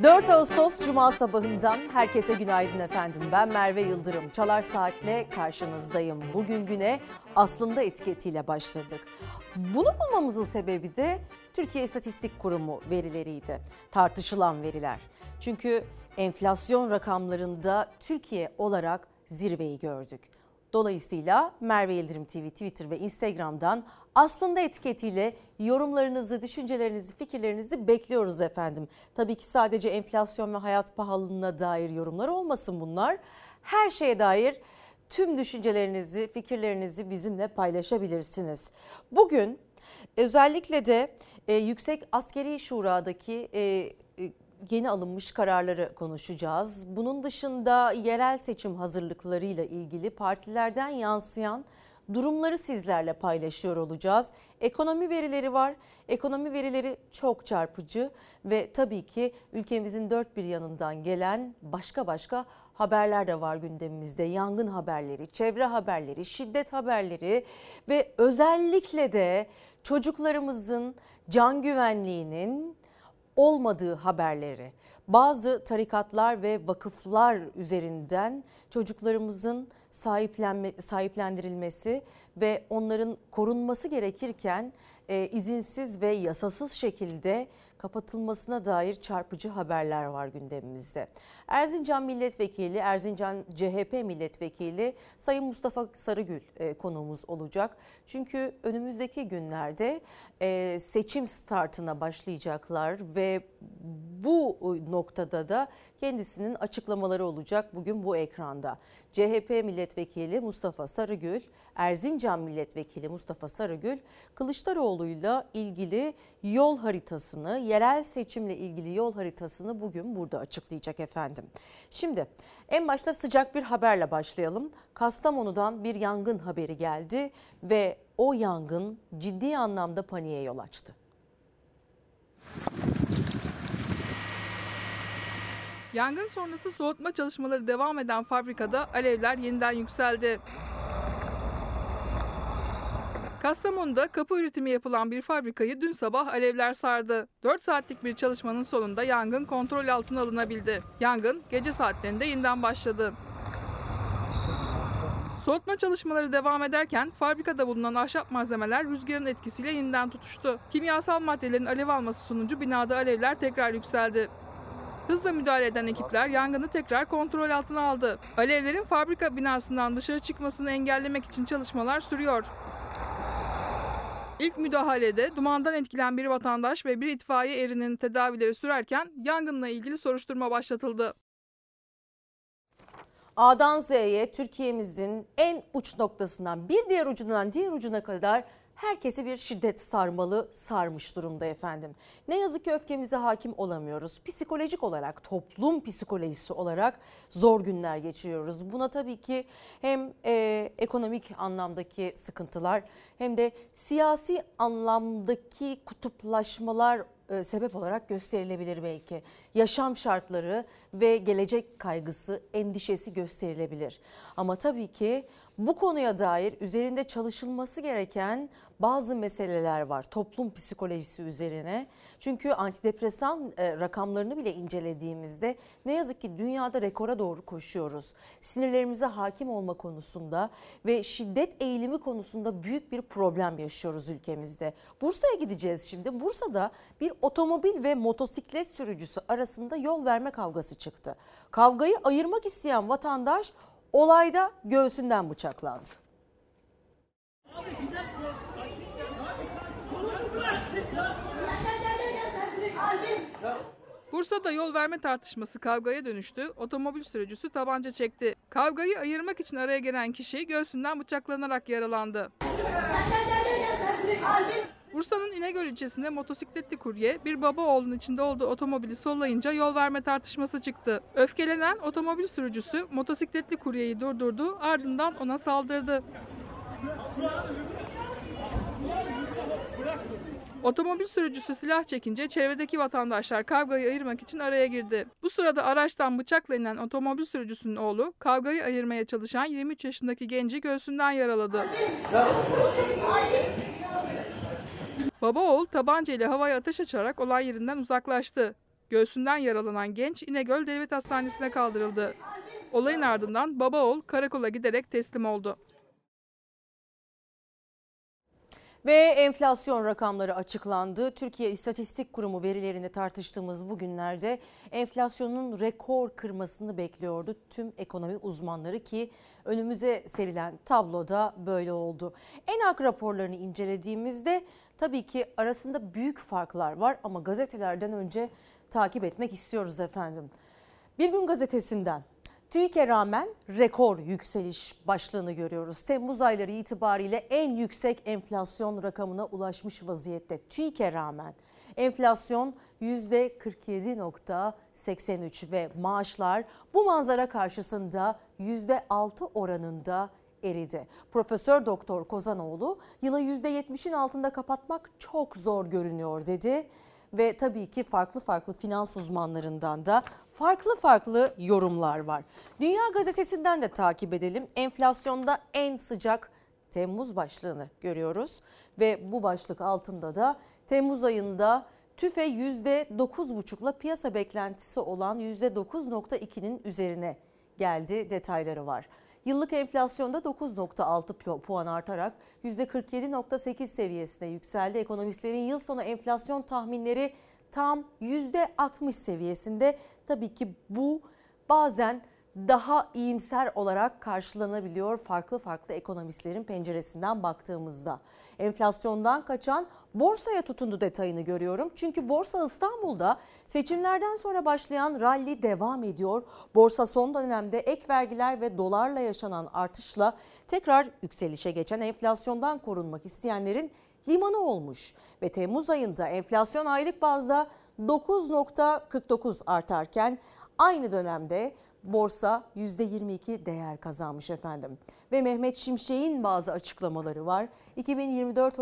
4 Ağustos Cuma sabahından herkese günaydın efendim. Ben Merve Yıldırım. Çalar Saat'le karşınızdayım. Bugün güne aslında etiketiyle başladık. Bunu bulmamızın sebebi de Türkiye İstatistik Kurumu verileriydi. Tartışılan veriler. Çünkü enflasyon rakamlarında Türkiye olarak zirveyi gördük. Dolayısıyla Merve Yıldırım TV, Twitter ve Instagram'dan aslında etiketiyle yorumlarınızı, düşüncelerinizi, fikirlerinizi bekliyoruz efendim. Tabii ki sadece enflasyon ve hayat pahalılığına dair yorumlar olmasın bunlar. Her şeye dair tüm düşüncelerinizi, fikirlerinizi bizimle paylaşabilirsiniz. Bugün özellikle de Yüksek Askeri Şura'daki yeni alınmış kararları konuşacağız. Bunun dışında yerel seçim hazırlıklarıyla ilgili partilerden yansıyan durumları sizlerle paylaşıyor olacağız. Ekonomi verileri var. Ekonomi verileri çok çarpıcı ve tabii ki ülkemizin dört bir yanından gelen başka haberler de var gündemimizde. Yangın haberleri, çevre haberleri, şiddet haberleri ve özellikle de çocuklarımızın can güvenliğinin olmadığı haberleri. Bazı tarikatlar ve vakıflar üzerinden çocuklarımızın sahiplendirilmesi ve onların korunması gerekirken izinsiz ve yasasız şekilde kapatılmasına dair çarpıcı haberler var gündemimizde. Erzincan Milletvekili, Erzincan CHP Milletvekili Sayın Mustafa Sarıgül konuğumuz olacak. Çünkü önümüzdeki günlerde seçim startına başlayacaklar ve bu noktada da kendisinin açıklamaları olacak bugün bu ekranda. CHP Milletvekili Mustafa Sarıgül, Erzincan Milletvekili Mustafa Sarıgül, Kılıçdaroğlu'yla ilgili yol haritasını, yerel seçimle ilgili yol haritasını bugün burada açıklayacak efendim. Şimdi en başta sıcak bir haberle başlayalım. Kastamonu'dan bir yangın haberi geldi ve o yangın ciddi anlamda paniğe yol açtı. Yangın sonrası soğutma çalışmaları devam eden fabrikada alevler yeniden yükseldi. Kastamonu'da kapı üretimi yapılan bir fabrikayı dün sabah alevler sardı. 4 saatlik bir çalışmanın sonunda yangın kontrol altına alınabildi. Yangın gece saatlerinde yeniden başladı. Soğutma çalışmaları devam ederken fabrikada bulunan ahşap malzemeler rüzgarın etkisiyle yeniden tutuştu. Kimyasal maddelerin alev alması sonucu binada alevler tekrar yükseldi. Hızla müdahale eden ekipler yangını tekrar kontrol altına aldı. Alevlerin fabrika binasından dışarı çıkmasını engellemek için çalışmalar sürüyor. İlk müdahalede dumandan etkilen bir vatandaş ve bir itfaiye erinin tedavileri sürerken yangınla ilgili soruşturma başlatıldı. A'dan Z'ye Türkiye'mizin en uç noktasından bir diğer ucundan diğer ucuna kadar herkesi bir şiddet sarmalı sarmış durumda efendim. Ne yazık ki öfkemize hakim olamıyoruz. Psikolojik olarak, toplum psikolojisi olarak zor günler geçiriyoruz. Buna tabii ki hem ekonomik anlamdaki sıkıntılar hem de siyasi anlamdaki kutuplaşmalar sebep olarak gösterilebilir belki. Yaşam şartları ve gelecek kaygısı, endişesi gösterilebilir. Ama tabii ki bu konuya dair üzerinde çalışılması gereken bazı meseleler var toplum psikolojisi üzerine. Çünkü antidepresan rakamlarını bile incelediğimizde ne yazık ki dünyada rekora doğru koşuyoruz. Sinirlerimize hakim olma konusunda ve şiddet eğilimi konusunda büyük bir problem yaşıyoruz ülkemizde. Bursa'ya gideceğiz şimdi. Bursa'da bir otomobil ve motosiklet sürücüsü arasında yol verme kavgası çıktı. Kavgayı ayırmak isteyen vatandaş olayda göğsünden bıçaklandı. Bursa'da yol verme tartışması kavgaya dönüştü. Otomobil sürücüsü tabanca çekti. Kavgayı ayırmak için araya giren kişi göğsünden bıçaklanarak yaralandı. Bursa'nın İnegöl ilçesinde motosikletli kurye bir baba oğlunun içinde olduğu otomobili sollayınca yol verme tartışması çıktı. Öfkelenen otomobil sürücüsü motosikletli kuryeyi durdurdu, ardından ona saldırdı. Otomobil sürücüsü silah çekince çevredeki vatandaşlar kavgayı ayırmak için araya girdi. Bu sırada araçtan bıçakla inen otomobil sürücüsünün oğlu kavgayı ayırmaya çalışan 23 yaşındaki genci göğsünden yaraladı. Baba oğul tabancayla havaya ateş açarak olay yerinden uzaklaştı. Göğsünden yaralanan genç İnegöl Devlet Hastanesi'ne kaldırıldı. Olayın ardından baba oğul karakola giderek teslim oldu. Ve enflasyon rakamları açıklandı. Türkiye İstatistik Kurumu verilerini tartıştığımız bu günlerde enflasyonun rekor kırmasını bekliyordu tüm ekonomi uzmanları ki önümüze serilen tabloda böyle oldu. ENAK raporlarını incelediğimizde tabii ki arasında büyük farklar var ama gazetelerden önce takip etmek istiyoruz efendim. Bir Gün Gazetesi'nden TÜİK'e rağmen rekor yükseliş başlığını görüyoruz. Temmuz ayları itibariyle en yüksek enflasyon rakamına ulaşmış vaziyette. TÜİK'e rağmen enflasyon %47.83 ve maaşlar bu manzara karşısında %6 oranında eridi. Profesör Doktor Kozanoğlu yılı %70'in altında kapatmak çok zor görünüyor dedi. Ve tabii ki farklı finans uzmanlarından da farklı yorumlar var. Dünya Gazetesi'nden de takip edelim. Enflasyonda en sıcak Temmuz başlığını görüyoruz. Ve bu başlık altında da Temmuz ayında TÜFE %9,5'la piyasa beklentisi olan %9,2'nin üzerine geldi detayları var. Yıllık enflasyonda 9,6 puan artarak %47,8 seviyesine yükseldi. Ekonomistlerin yıl sonu enflasyon tahminleri tam %60 seviyesinde. Tabii ki bu bazen daha iyimser olarak karşılanabiliyor farklı ekonomistlerin penceresinden baktığımızda. Enflasyondan kaçan borsaya tutundu detayını görüyorum. Çünkü Borsa İstanbul'da seçimlerden sonra başlayan rally devam ediyor. Borsa son dönemde ek vergiler ve dolarla yaşanan artışla tekrar yükselişe geçen enflasyondan korunmak isteyenlerin limanı olmuş. Ve Temmuz ayında enflasyon aylık bazda 9,49 artarken aynı dönemde borsa %22 değer kazanmış efendim. Ve Mehmet Şimşek'in bazı açıklamaları var. 2024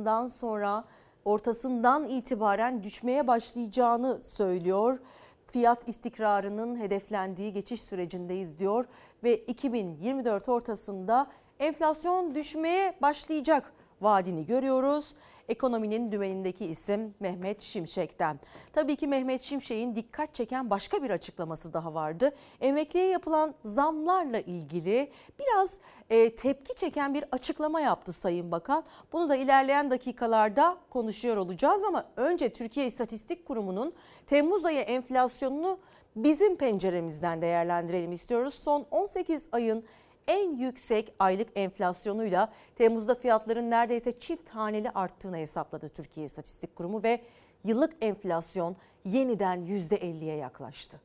ortasından itibaren düşmeye başlayacağını söylüyor. Fiyat istikrarının hedeflendiği geçiş sürecindeyiz diyor ve 2024 ortasında enflasyon düşmeye başlayacak vaadini görüyoruz. Ekonominin dümenindeki isim Mehmet Şimşek'ten. Tabii ki Mehmet Şimşek'in dikkat çeken başka bir açıklaması daha vardı. Emekliye yapılan zamlarla ilgili biraz tepki çeken bir açıklama yaptı Sayın Bakan. Bunu da ilerleyen dakikalarda konuşuyor olacağız ama önce Türkiye İstatistik Kurumu'nun Temmuz ayı enflasyonunu bizim penceremizden değerlendirelim istiyoruz. Son 18 ayın en yüksek aylık enflasyonuyla Temmuz'da fiyatların neredeyse çift haneli arttığını hesapladı Türkiye İstatistik Kurumu ve yıllık enflasyon yeniden %50'ye yaklaştı.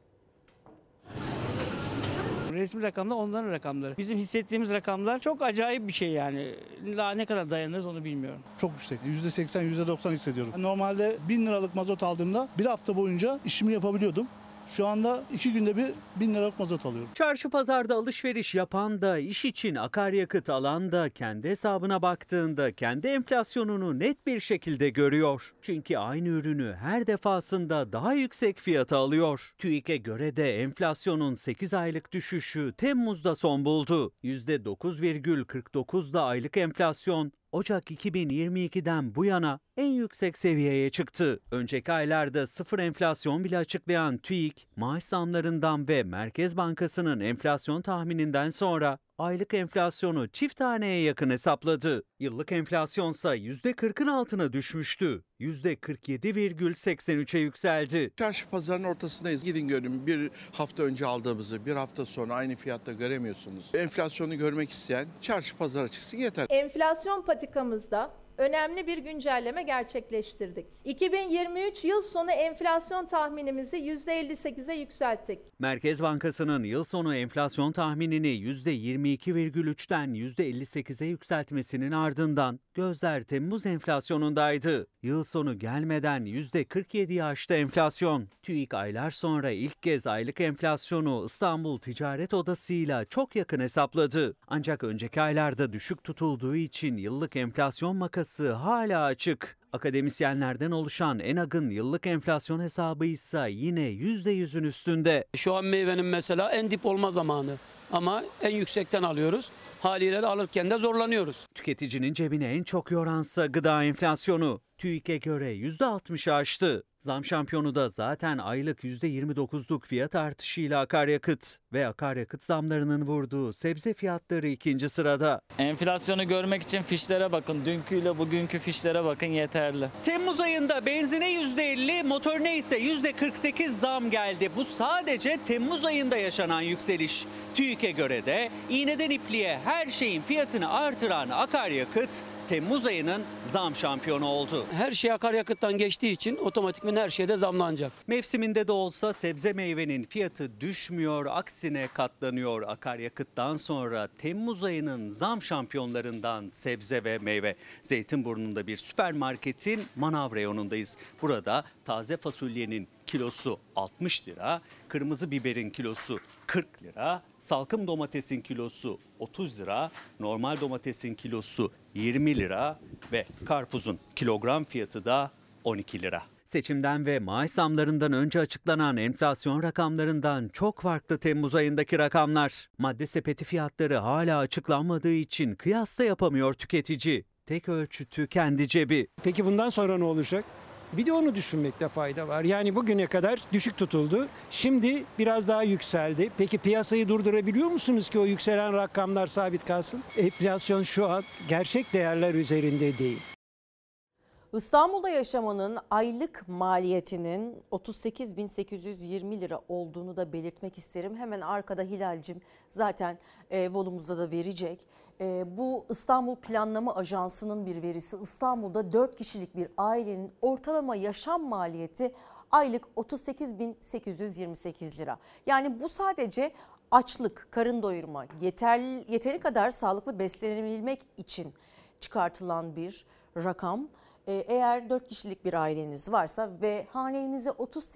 Resmi rakamlar onların rakamları. Bizim hissettiğimiz rakamlar çok acayip bir şey yani. Daha ne kadar dayanırız onu bilmiyorum. Çok yüksek. %80, %90 hissediyorum. Normalde 1000 liralık mazot aldığımda bir hafta boyunca işimi yapabiliyordum. Şu anda 2 günde bir 1000 liralık mazot alıyorum. Çarşı pazarda alışveriş yapan da, iş için akaryakıt alan da kendi hesabına baktığında kendi enflasyonunu net bir şekilde görüyor. Çünkü aynı ürünü her defasında daha yüksek fiyata alıyor. TÜİK'e göre de enflasyonun 8 aylık düşüşü Temmuz'da son buldu. %9,49'da aylık enflasyon Ocak 2022'den bu yana en yüksek seviyeye çıktı. Önceki aylarda sıfır enflasyon bile açıklayan TÜİK, maaş zamlarından ve Merkez Bankası'nın enflasyon tahmininden sonra aylık enflasyonu çift haneye yakın hesapladı. Yıllık enflasyonsa %40'ın altına düşmüştü. %47,83'e yükseldi. Çarşı pazarın ortasındayız. Gidin görün, bir hafta önce aldığımızı bir hafta sonra aynı fiyatta göremiyorsunuz. Enflasyonu görmek isteyen çarşı pazara çıksın yeter. Enflasyon patikamızda önemli bir güncelleme gerçekleştirdik. 2023 yıl sonu enflasyon tahminimizi %58'e yükselttik. Merkez Bankası'nın yıl sonu enflasyon tahminini %22,3'ten %58'e yükseltmesinin ardından gözler Temmuz enflasyonundaydı. Yıl sonu gelmeden %47'yi aştı enflasyon. TÜİK aylar sonra ilk kez aylık enflasyonu İstanbul Ticaret Odası'yla çok yakın hesapladı. Ancak önceki aylarda düşük tutulduğu için yıllık enflasyon makası hala açık. Akademisyenlerden oluşan ENAG'ın yıllık enflasyon hesabı ise yine %100'ün üstünde. Şu an meyvenin mesela en dip olma zamanı ama en yüksekten alıyoruz. Haliyle alırken de zorlanıyoruz. Tüketicinin cebine en çok yoransa gıda enflasyonu. TÜİK'e göre %60'ı aştı. Zam şampiyonu da zaten aylık %29'luk fiyat artışıyla akaryakıt ve akaryakıt zamlarının vurduğu sebze fiyatları ikinci sırada. Enflasyonu görmek için fişlere bakın. Dünküyle bugünkü fişlere bakın yeterli. Temmuz ayında benzine %50, motorine ise %48 zam geldi. Bu sadece Temmuz ayında yaşanan yükseliş. TÜİK'e göre de iğneden ipliğe her şeyin fiyatını artıran akaryakıt Temmuz ayının zam şampiyonu oldu. Her şey akaryakıttan geçtiği için otomatikman her şeyde zamlanacak. Mevsiminde de olsa sebze meyvenin fiyatı düşmüyor, aksine katlanıyor. Akaryakıttan sonra Temmuz ayının zam şampiyonlarından sebze ve meyve. Zeytinburnu'nda bir süpermarketin manav reyonundayız. Burada taze fasulyenin kilosu 60 lira, kırmızı biberin kilosu 40 lira, salkım domatesin kilosu 30 lira, normal domatesin kilosu 20 lira ve karpuzun kilogram fiyatı da 12 lira. Seçimden ve maaş zamlarından önce açıklanan enflasyon rakamlarından çok farklı Temmuz ayındaki rakamlar. Madde sepeti fiyatları hala açıklanmadığı için kıyas da yapamıyor tüketici. Tek ölçütü kendi cebi. Peki bundan sonra ne olacak? Bir de onu düşünmekte fayda var. Yani bugüne kadar düşük tutuldu. Şimdi biraz daha yükseldi. Peki piyasayı durdurabiliyor musunuz ki o yükselen rakamlar sabit kalsın? Enflasyon şu an gerçek değerler üzerinde değil. İstanbul'da yaşamanın aylık maliyetinin 38.820 lira olduğunu da belirtmek isterim. Hemen arkada Hilal'cim zaten volumuzda da verecek. Bu İstanbul Planlama Ajansı'nın bir verisi. İstanbul'da 4 kişilik bir ailenin ortalama yaşam maliyeti aylık 38.828 lira. Yani bu sadece açlık, karın doyurma, yeteri kadar sağlıklı beslenebilmek için çıkartılan bir rakam. Eğer 4 kişilik bir aileniz varsa ve hanenize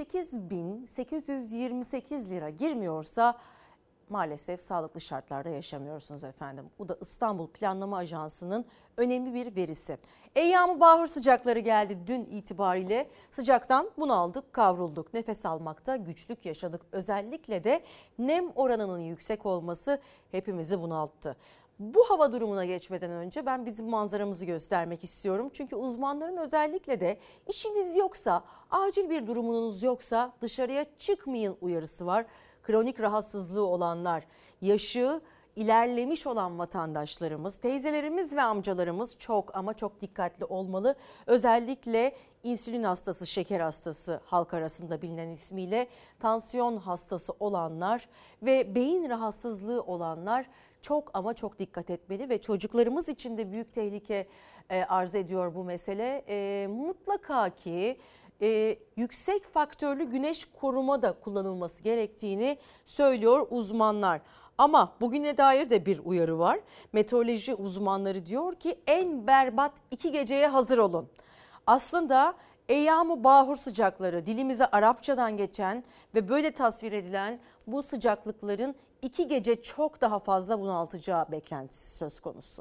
38.828 lira girmiyorsa maalesef sağlıklı şartlarda yaşamıyorsunuz efendim. Bu da İstanbul Planlama Ajansı'nın önemli bir verisi. Eyyam-ı bahur sıcakları geldi dün itibariyle. Sıcaktan bunaldık, kavrulduk. Nefes almakta güçlük yaşadık. Özellikle de nem oranının yüksek olması hepimizi bunalttı. Bu hava durumuna geçmeden önce ben bizim manzaramızı göstermek istiyorum. Çünkü uzmanların özellikle de işiniz yoksa, acil bir durumunuz yoksa dışarıya çıkmayın uyarısı var. Kronik rahatsızlığı olanlar, yaşı ilerlemiş olan vatandaşlarımız, teyzelerimiz ve amcalarımız çok ama çok dikkatli olmalı. Özellikle insülin hastası, şeker hastası halk arasında bilinen ismiyle tansiyon hastası olanlar ve beyin rahatsızlığı olanlar çok ama çok dikkat etmeli ve çocuklarımız için de büyük tehlike arz ediyor bu mesele. Mutlaka ki yüksek faktörlü güneş koruma da kullanılması gerektiğini söylüyor uzmanlar. Ama bugüne dair de bir uyarı var. Meteoroloji uzmanları diyor ki en berbat 2 geceye hazır olun. Aslında eyyam-ı bahur sıcakları dilimize Arapçadan geçen ve böyle tasvir edilen bu sıcaklıkların 2 gece çok daha fazla bunaltacağı beklentisi söz konusu.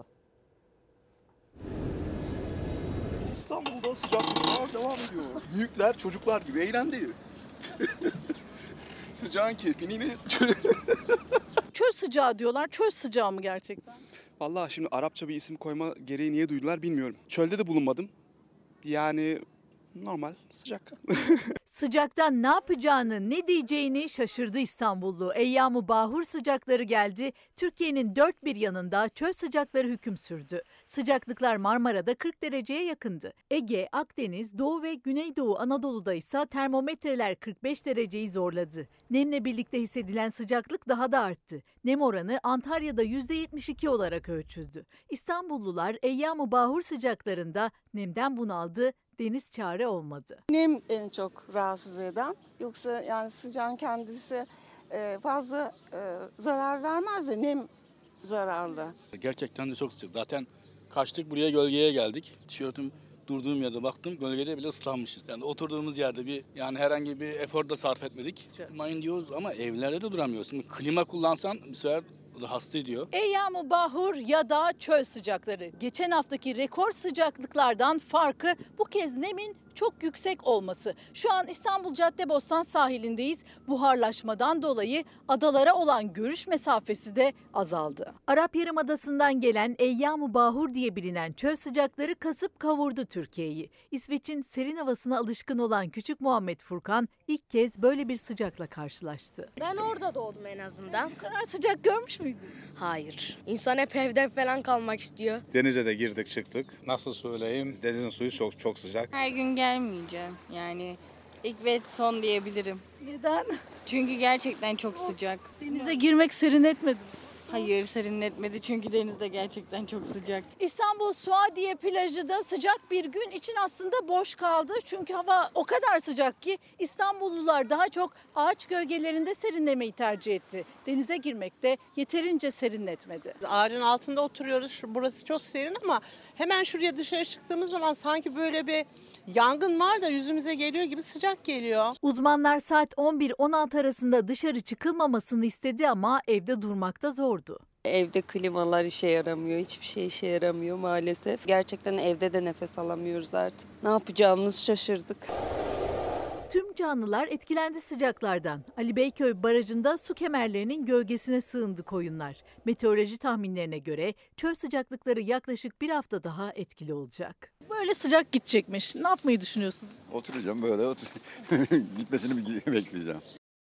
İstanbul'da sıcaklıklar devam ediyor. Büyükler çocuklar gibi eğlendi. Sıcağın keyfini Çöl sıcağı diyorlar. Çöl sıcağı mı gerçekten? Vallahi şimdi Arapça bir isim koyma gereği niye duydular bilmiyorum. Çölde de bulunmadım. Yani normal sıcak. Sıcaktan ne yapacağını, ne diyeceğini şaşırdı İstanbullu. Eyyam-ı bahur sıcakları geldi. Türkiye'nin dört bir yanında çöl sıcakları hüküm sürdü. Sıcaklıklar Marmara'da 40 dereceye yakındı. Ege, Akdeniz, Doğu ve Güneydoğu Anadolu'da ise termometreler 45 dereceyi zorladı. Nemle birlikte hissedilen sıcaklık daha da arttı. Nem oranı Antalya'da %72 olarak ölçüldü. İstanbullular Eyyam-ı bahur sıcaklarında nemden bunaldı. Deniz çare olmadı. Nem en çok rahatsız eden. Yoksa yani sıcağın kendisi fazla zarar vermez de nem zararlı. Gerçekten de çok sıcak. Zaten kaçtık buraya gölgeye geldik. Tişörtüm durduğum yerde baktım gölgede bile ıslanmışız. Yani oturduğumuz yerde herhangi bir efor da sarf etmedik. Mayın diyoruz ama evlerde de duramıyoruz. Şimdi klima kullansan bu sefer hasta ediyor. Eyyam-ı bahur ya da çöl sıcakları. Geçen haftaki rekor sıcaklıklardan farkı bu kez nemin çok yüksek olması. Şu an İstanbul Caddebostan sahilindeyiz. Buharlaşmadan dolayı adalara olan görüş mesafesi de azaldı. Arap Yarımadası'ndan gelen Eyyam-ı Bahur diye bilinen çöl sıcakları kasıp kavurdu Türkiye'yi. İsveç'in serin havasına alışkın olan küçük Muhammed Furkan ilk kez böyle bir sıcakla karşılaştı. Ben orada doğdum en azından. Bu kadar sıcak görmüş müydün? Hayır. İnsan hep evde falan kalmak istiyor. Denize de girdik çıktık. Nasıl söyleyeyim? Denizin suyu çok sıcak. Her gün gelmeyeceğim. Yani ilk ve son diyebilirim. Neden? Çünkü gerçekten çok sıcak. Denize girmek serinletmedi mi? Hayır, serinletmedi çünkü denizde gerçekten çok sıcak. İstanbul Suadiye plajı da sıcak bir gün için aslında boş kaldı. Çünkü hava o kadar sıcak ki İstanbullular daha çok ağaç gölgelerinde serinlemeyi tercih etti. Denize girmek de yeterince serinletmedi. Ağacın altında oturuyoruz. Burası çok serin ama hemen şuraya dışarı çıktığımız zaman sanki böyle bir yangın var da yüzümüze geliyor gibi sıcak geliyor. Uzmanlar saat 11-16 arasında dışarı çıkılmamasını istedi ama evde durmakta zordu. Evde klimalar işe yaramıyor, hiçbir şey işe yaramıyor maalesef. Gerçekten evde de nefes alamıyoruz artık. Ne yapacağımızı şaşırdık. Tüm canlılar etkilendi sıcaklardan. Ali Beyköy Barajı'nda su kemerlerinin gölgesine sığındı koyunlar. Meteoroloji tahminlerine göre çöl sıcaklıkları yaklaşık bir hafta daha etkili olacak. Böyle sıcak gidecekmiş. Ne yapmayı düşünüyorsunuz? Oturacağım böyle gitmesini bekleyeceğim.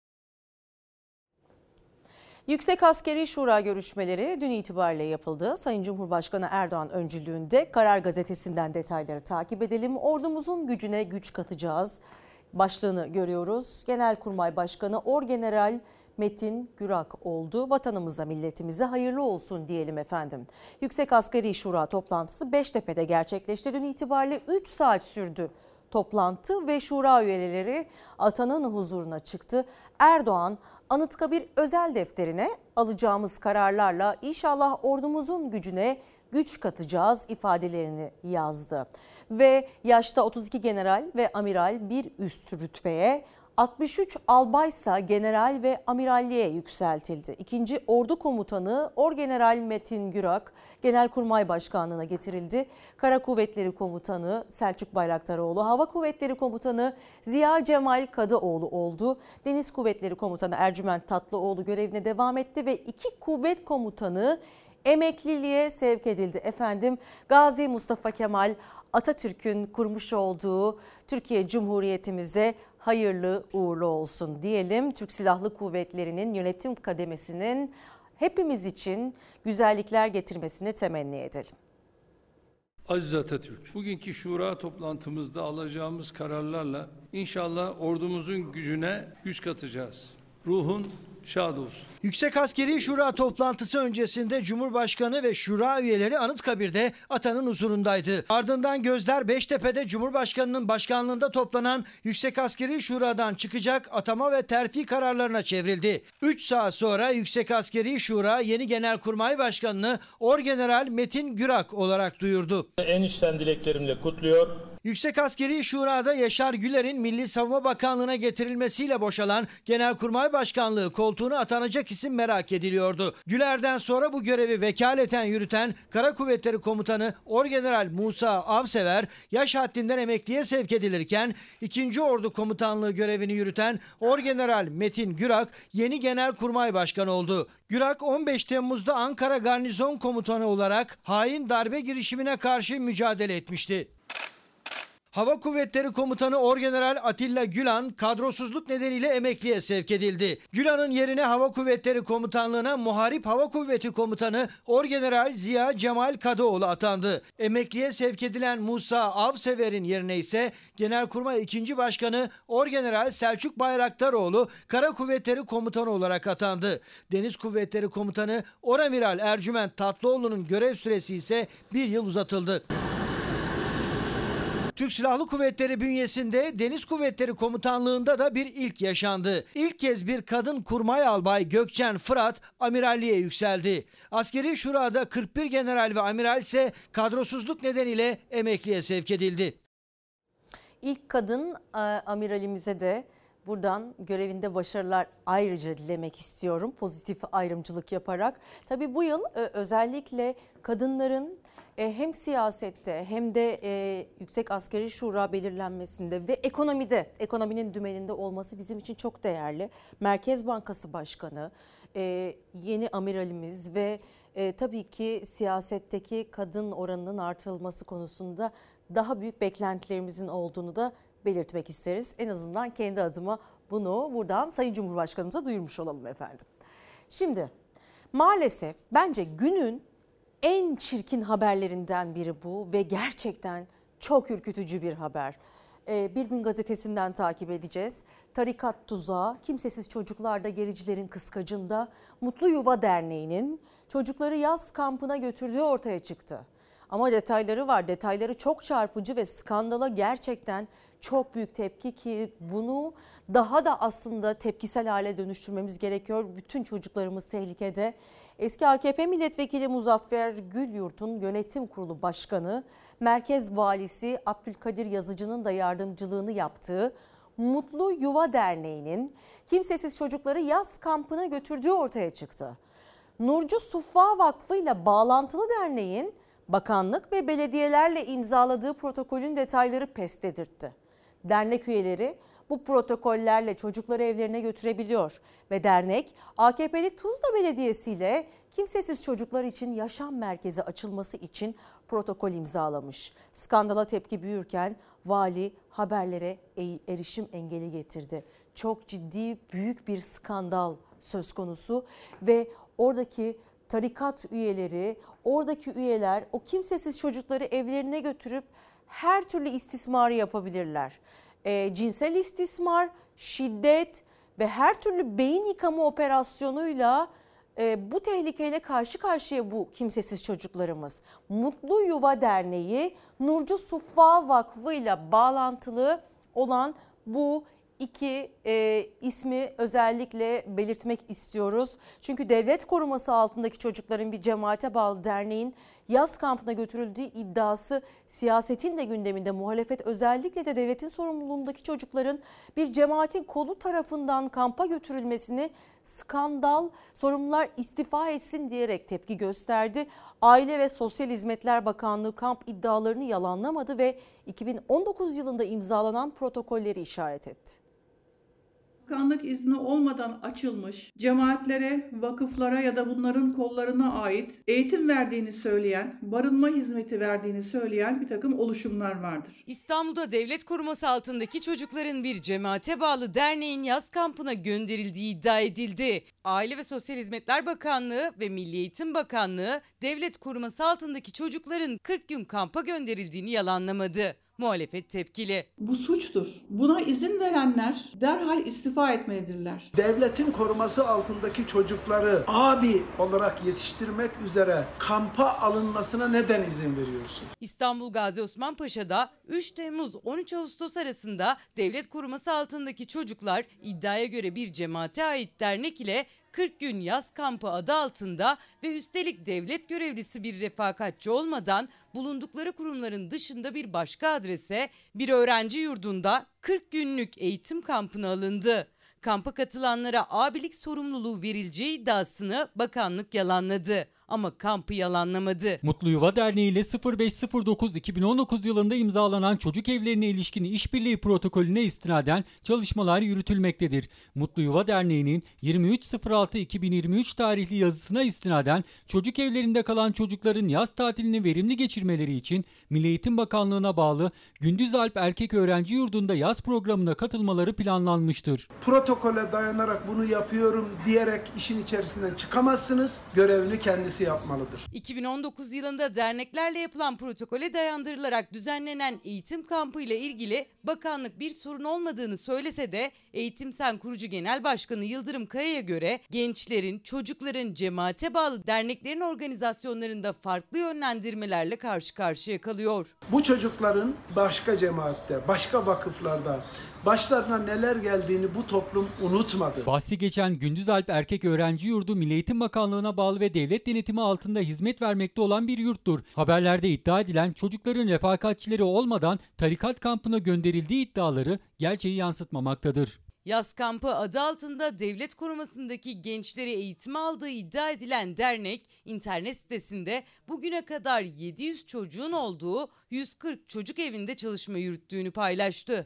Yüksek Askeri Şura görüşmeleri dün itibariyle yapıldı. Sayın Cumhurbaşkanı Erdoğan öncülüğünde Karar Gazetesi'nden detayları takip edelim. Ordumuzun gücüne güç katacağız başlığını görüyoruz. Genelkurmay Başkanı Orgeneral Metin Gürak oldu. Vatanımıza, milletimize hayırlı olsun diyelim efendim. Yüksek Askeri Şura toplantısı Beştepe'de gerçekleşti. Dün itibariyle 3 saat sürdü toplantı ve şura üyeleri atanın huzuruna çıktı. Erdoğan, Anıtkabir özel defterine alacağımız kararlarla inşallah ordumuzun gücüne güç katacağız ifadelerini yazdı. Ve yaşta 32 general ve amiral bir üst rütbeye, 63 albaysa general ve amiralliğe yükseltildi. 2. Ordu Komutanı Orgeneral Metin Gürak Genelkurmay Başkanlığı'na getirildi. Kara Kuvvetleri Komutanı Selçuk Bayraktaroğlu, Hava Kuvvetleri Komutanı Ziya Cemal Kadıoğlu oldu. Deniz Kuvvetleri Komutanı Ercüment Tatlıoğlu görevine devam etti ve 2 kuvvet komutanı emekliliğe sevk edildi. Efendim, Gazi Mustafa Kemal Atatürk'ün kurmuş olduğu Türkiye Cumhuriyetimize hayırlı uğurlu olsun diyelim. Türk Silahlı Kuvvetleri'nin yönetim kademesinin hepimiz için güzellikler getirmesini temenni edelim. Aziz Atatürk, bugünkü şura toplantımızda alacağımız kararlarla inşallah ordumuzun gücüne güç katacağız. Ruhun şad olsun. Yüksek Askeri Şura toplantısı öncesinde Cumhurbaşkanı ve şura üyeleri Anıtkabir'de atanın huzurundaydı. Ardından gözler Beştepe'de Cumhurbaşkanı'nın başkanlığında toplanan Yüksek Askeri Şura'dan çıkacak atama ve terfi kararlarına çevrildi. 3 saat sonra Yüksek Askeri Şura yeni Genelkurmay Başkanı'nı Orgeneral Metin Gürak olarak duyurdu. En içten dileklerimle kutluyor. Yüksek Askeri Şura'da Yaşar Güler'in Milli Savunma Bakanlığı'na getirilmesiyle boşalan Genelkurmay Başkanlığı koltuğuna atanacak isim merak ediliyordu. Güler'den sonra bu görevi vekaleten yürüten Kara Kuvvetleri Komutanı Orgeneral Musa Avsever yaş haddinden emekliye sevk edilirken 2. Ordu Komutanlığı görevini yürüten Orgeneral Metin Gürak yeni Genelkurmay Başkanı oldu. Gürak 15 Temmuz'da Ankara Garnizon Komutanı olarak hain darbe girişimine karşı mücadele etmişti. Hava Kuvvetleri Komutanı Orgeneral Atilla Gülan kadrosuzluk nedeniyle emekliye sevk edildi. Gülan'ın yerine Hava Kuvvetleri Komutanlığı'na Muharip Hava Kuvveti Komutanı Orgeneral Ziya Cemal Kadıoğlu atandı. Emekliye sevk edilen Musa Avsever'in yerine ise Genelkurmay 2. Başkanı Orgeneral Selçuk Bayraktaroğlu Kara Kuvvetleri Komutanı olarak atandı. Deniz Kuvvetleri Komutanı Oramiral Ercüment Tatlıoğlu'nun görev süresi ise 1 yıl uzatıldı. Türk Silahlı Kuvvetleri bünyesinde Deniz Kuvvetleri Komutanlığı'nda da bir ilk yaşandı. İlk kez bir kadın kurmay albay Gökçen Fırat amiralliğe yükseldi. Askeri Şura'da 41 general ve amiral ise kadrosuzluk nedeniyle emekliye sevk edildi. İlk kadın amiralimize de buradan görevinde başarılar ayrıca dilemek istiyorum. Pozitif ayrımcılık yaparak. Tabii bu yıl özellikle kadınların hem siyasette hem de Yüksek Asgari Şura belirlenmesinde ve ekonomide, ekonominin dümeninde olması bizim için çok değerli. Merkez Bankası Başkanı, yeni amiralimiz ve tabii ki siyasetteki kadın oranının artırılması konusunda daha büyük beklentilerimizin olduğunu da belirtmek isteriz. En azından kendi adıma bunu buradan Sayın Cumhurbaşkanımıza duyurmuş olalım efendim. Şimdi maalesef bence günün en çirkin haberlerinden biri bu ve gerçekten çok ürkütücü bir haber. Bir Gün Gazetesi'nden takip edeceğiz. Tarikat tuzağı, kimsesiz çocuklarda gericilerin kıskacında Mutlu Yuva Derneği'nin çocukları yaz kampına götürdüğü ortaya çıktı. Ama detayları var. Detayları çok çarpıcı ve skandala gerçekten çok büyük tepki ki bunu daha da aslında tepkisel hale dönüştürmemiz gerekiyor. Bütün çocuklarımız tehlikede. Eski AKP Milletvekili Muzaffer Gülyurt'un yönetim kurulu başkanı, Merkez Valisi Abdülkadir Yazıcı'nın da yardımcılığını yaptığı Mutlu Yuva Derneği'nin kimsesiz çocukları yaz kampına götürdüğü ortaya çıktı. Nurcu Suffa Vakfı ile bağlantılı derneğin bakanlık ve belediyelerle imzaladığı protokolün detayları pes dedirtti. Dernek üyeleri bu protokollerle çocukları evlerine götürebiliyor ve dernek AKP'li Tuzla Belediyesi ile kimsesiz çocuklar için yaşam merkezi açılması için protokol imzalamış. Skandala tepki büyürken vali haberlere erişim engeli getirdi. Çok ciddi büyük bir skandal söz konusu ve oradaki tarikat üyeleri, oradaki üyeler o kimsesiz çocukları evlerine götürüp her türlü istismarı yapabilirler. Cinsel istismar, şiddet ve her türlü beyin yıkama operasyonuyla bu tehlikeyle karşı karşıya bu kimsesiz çocuklarımız. Mutlu Yuva Derneği, Nurcu Suffa Vakfı ile bağlantılı olan bu iki ismi özellikle belirtmek istiyoruz. Çünkü devlet koruması altındaki çocukların bir cemaate bağlı derneğin yaz kampına götürüldüğü iddiası siyasetin de gündeminde. Muhalefet özellikle de devletin sorumluluğundaki çocukların bir cemaatin kolu tarafından kampa götürülmesini skandal, sorumlular istifa etsin diyerek tepki gösterdi. Aile ve Sosyal Hizmetler Bakanlığı kamp iddialarını yalanlamadı ve 2019 yılında imzalanan protokolleri işaret etti. Bakanlık izni olmadan açılmış, cemaatlere, vakıflara ya da bunların kollarına ait eğitim verdiğini söyleyen, barınma hizmeti verdiğini söyleyen bir takım oluşumlar vardır. İstanbul'da devlet koruması altındaki çocukların bir cemaate bağlı derneğin yaz kampına gönderildiği iddia edildi. Aile ve Sosyal Hizmetler Bakanlığı ve Milli Eğitim Bakanlığı devlet koruması altındaki çocukların 40 gün kampa gönderildiğini yalanlamadı. Muhalefet tepkili. Bu suçtur. Buna izin verenler derhal istifa etmelidirler. Devletin koruması altındaki çocukları abi olarak yetiştirmek üzere kampa alınmasına neden izin veriyorsun? İstanbul Gazi Osman Paşa'da 3 Temmuz 13 Ağustos arasında devlet koruması altındaki çocuklar iddiaya göre bir cemaate ait dernek ile 40 gün yaz kampı adı altında ve üstelik devlet görevlisi bir refakatçi olmadan bulundukları kurumların dışında bir başka adrese bir öğrenci yurdunda 40 günlük eğitim kampına alındı. Kampa katılanlara abilik sorumluluğu verileceği iddiasını bakanlık yalanladı. Ama kampı yalanlamadı. Mutlu Yuva Derneği ile 05.09.2019 yılında imzalanan çocuk evlerine ilişkin işbirliği protokolüne istinaden çalışmalar yürütülmektedir. Mutlu Yuva Derneği'nin 23.06.2023 tarihli yazısına istinaden çocuk evlerinde kalan çocukların yaz tatilini verimli geçirmeleri için Milli Eğitim Bakanlığı'na bağlı Gündüzalp Erkek Öğrenci Yurdu'nda yaz programına katılmaları planlanmıştır. Protokole dayanarak bunu yapıyorum diyerek işin içerisinden çıkamazsınız. Görevini kendisi yapmalıdır. 2019 yılında derneklerle yapılan protokole dayandırılarak düzenlenen eğitim kampı ile ilgili bakanlık bir sorun olmadığını söylese de Eğitim Sen kurucu Genel Başkanı Yıldırım Kaya'ya göre gençlerin, çocukların cemaate bağlı derneklerin organizasyonlarında farklı yönlendirmelerle karşı karşıya kalıyor. Bu çocukların başka cemaatte, başka vakıflarda başlarına neler geldiğini bu toplum unutmadı. Bahsi geçen Gündüzalp Erkek Öğrenci Yurdu Milli Eğitim Bakanlığı'na bağlı ve devlet denetimi altında hizmet vermekte olan bir yurttur. Haberlerde iddia edilen çocukların refakatçileri olmadan tarikat kampına gönderildiği iddiaları gerçeği yansıtmamaktadır. Yaz kampı adı altında devlet korumasındaki gençleri eğitime aldığı iddia edilen dernek internet sitesinde bugüne kadar 700 çocuğun olduğu 140 çocuk evinde çalışma yürüttüğünü paylaştı.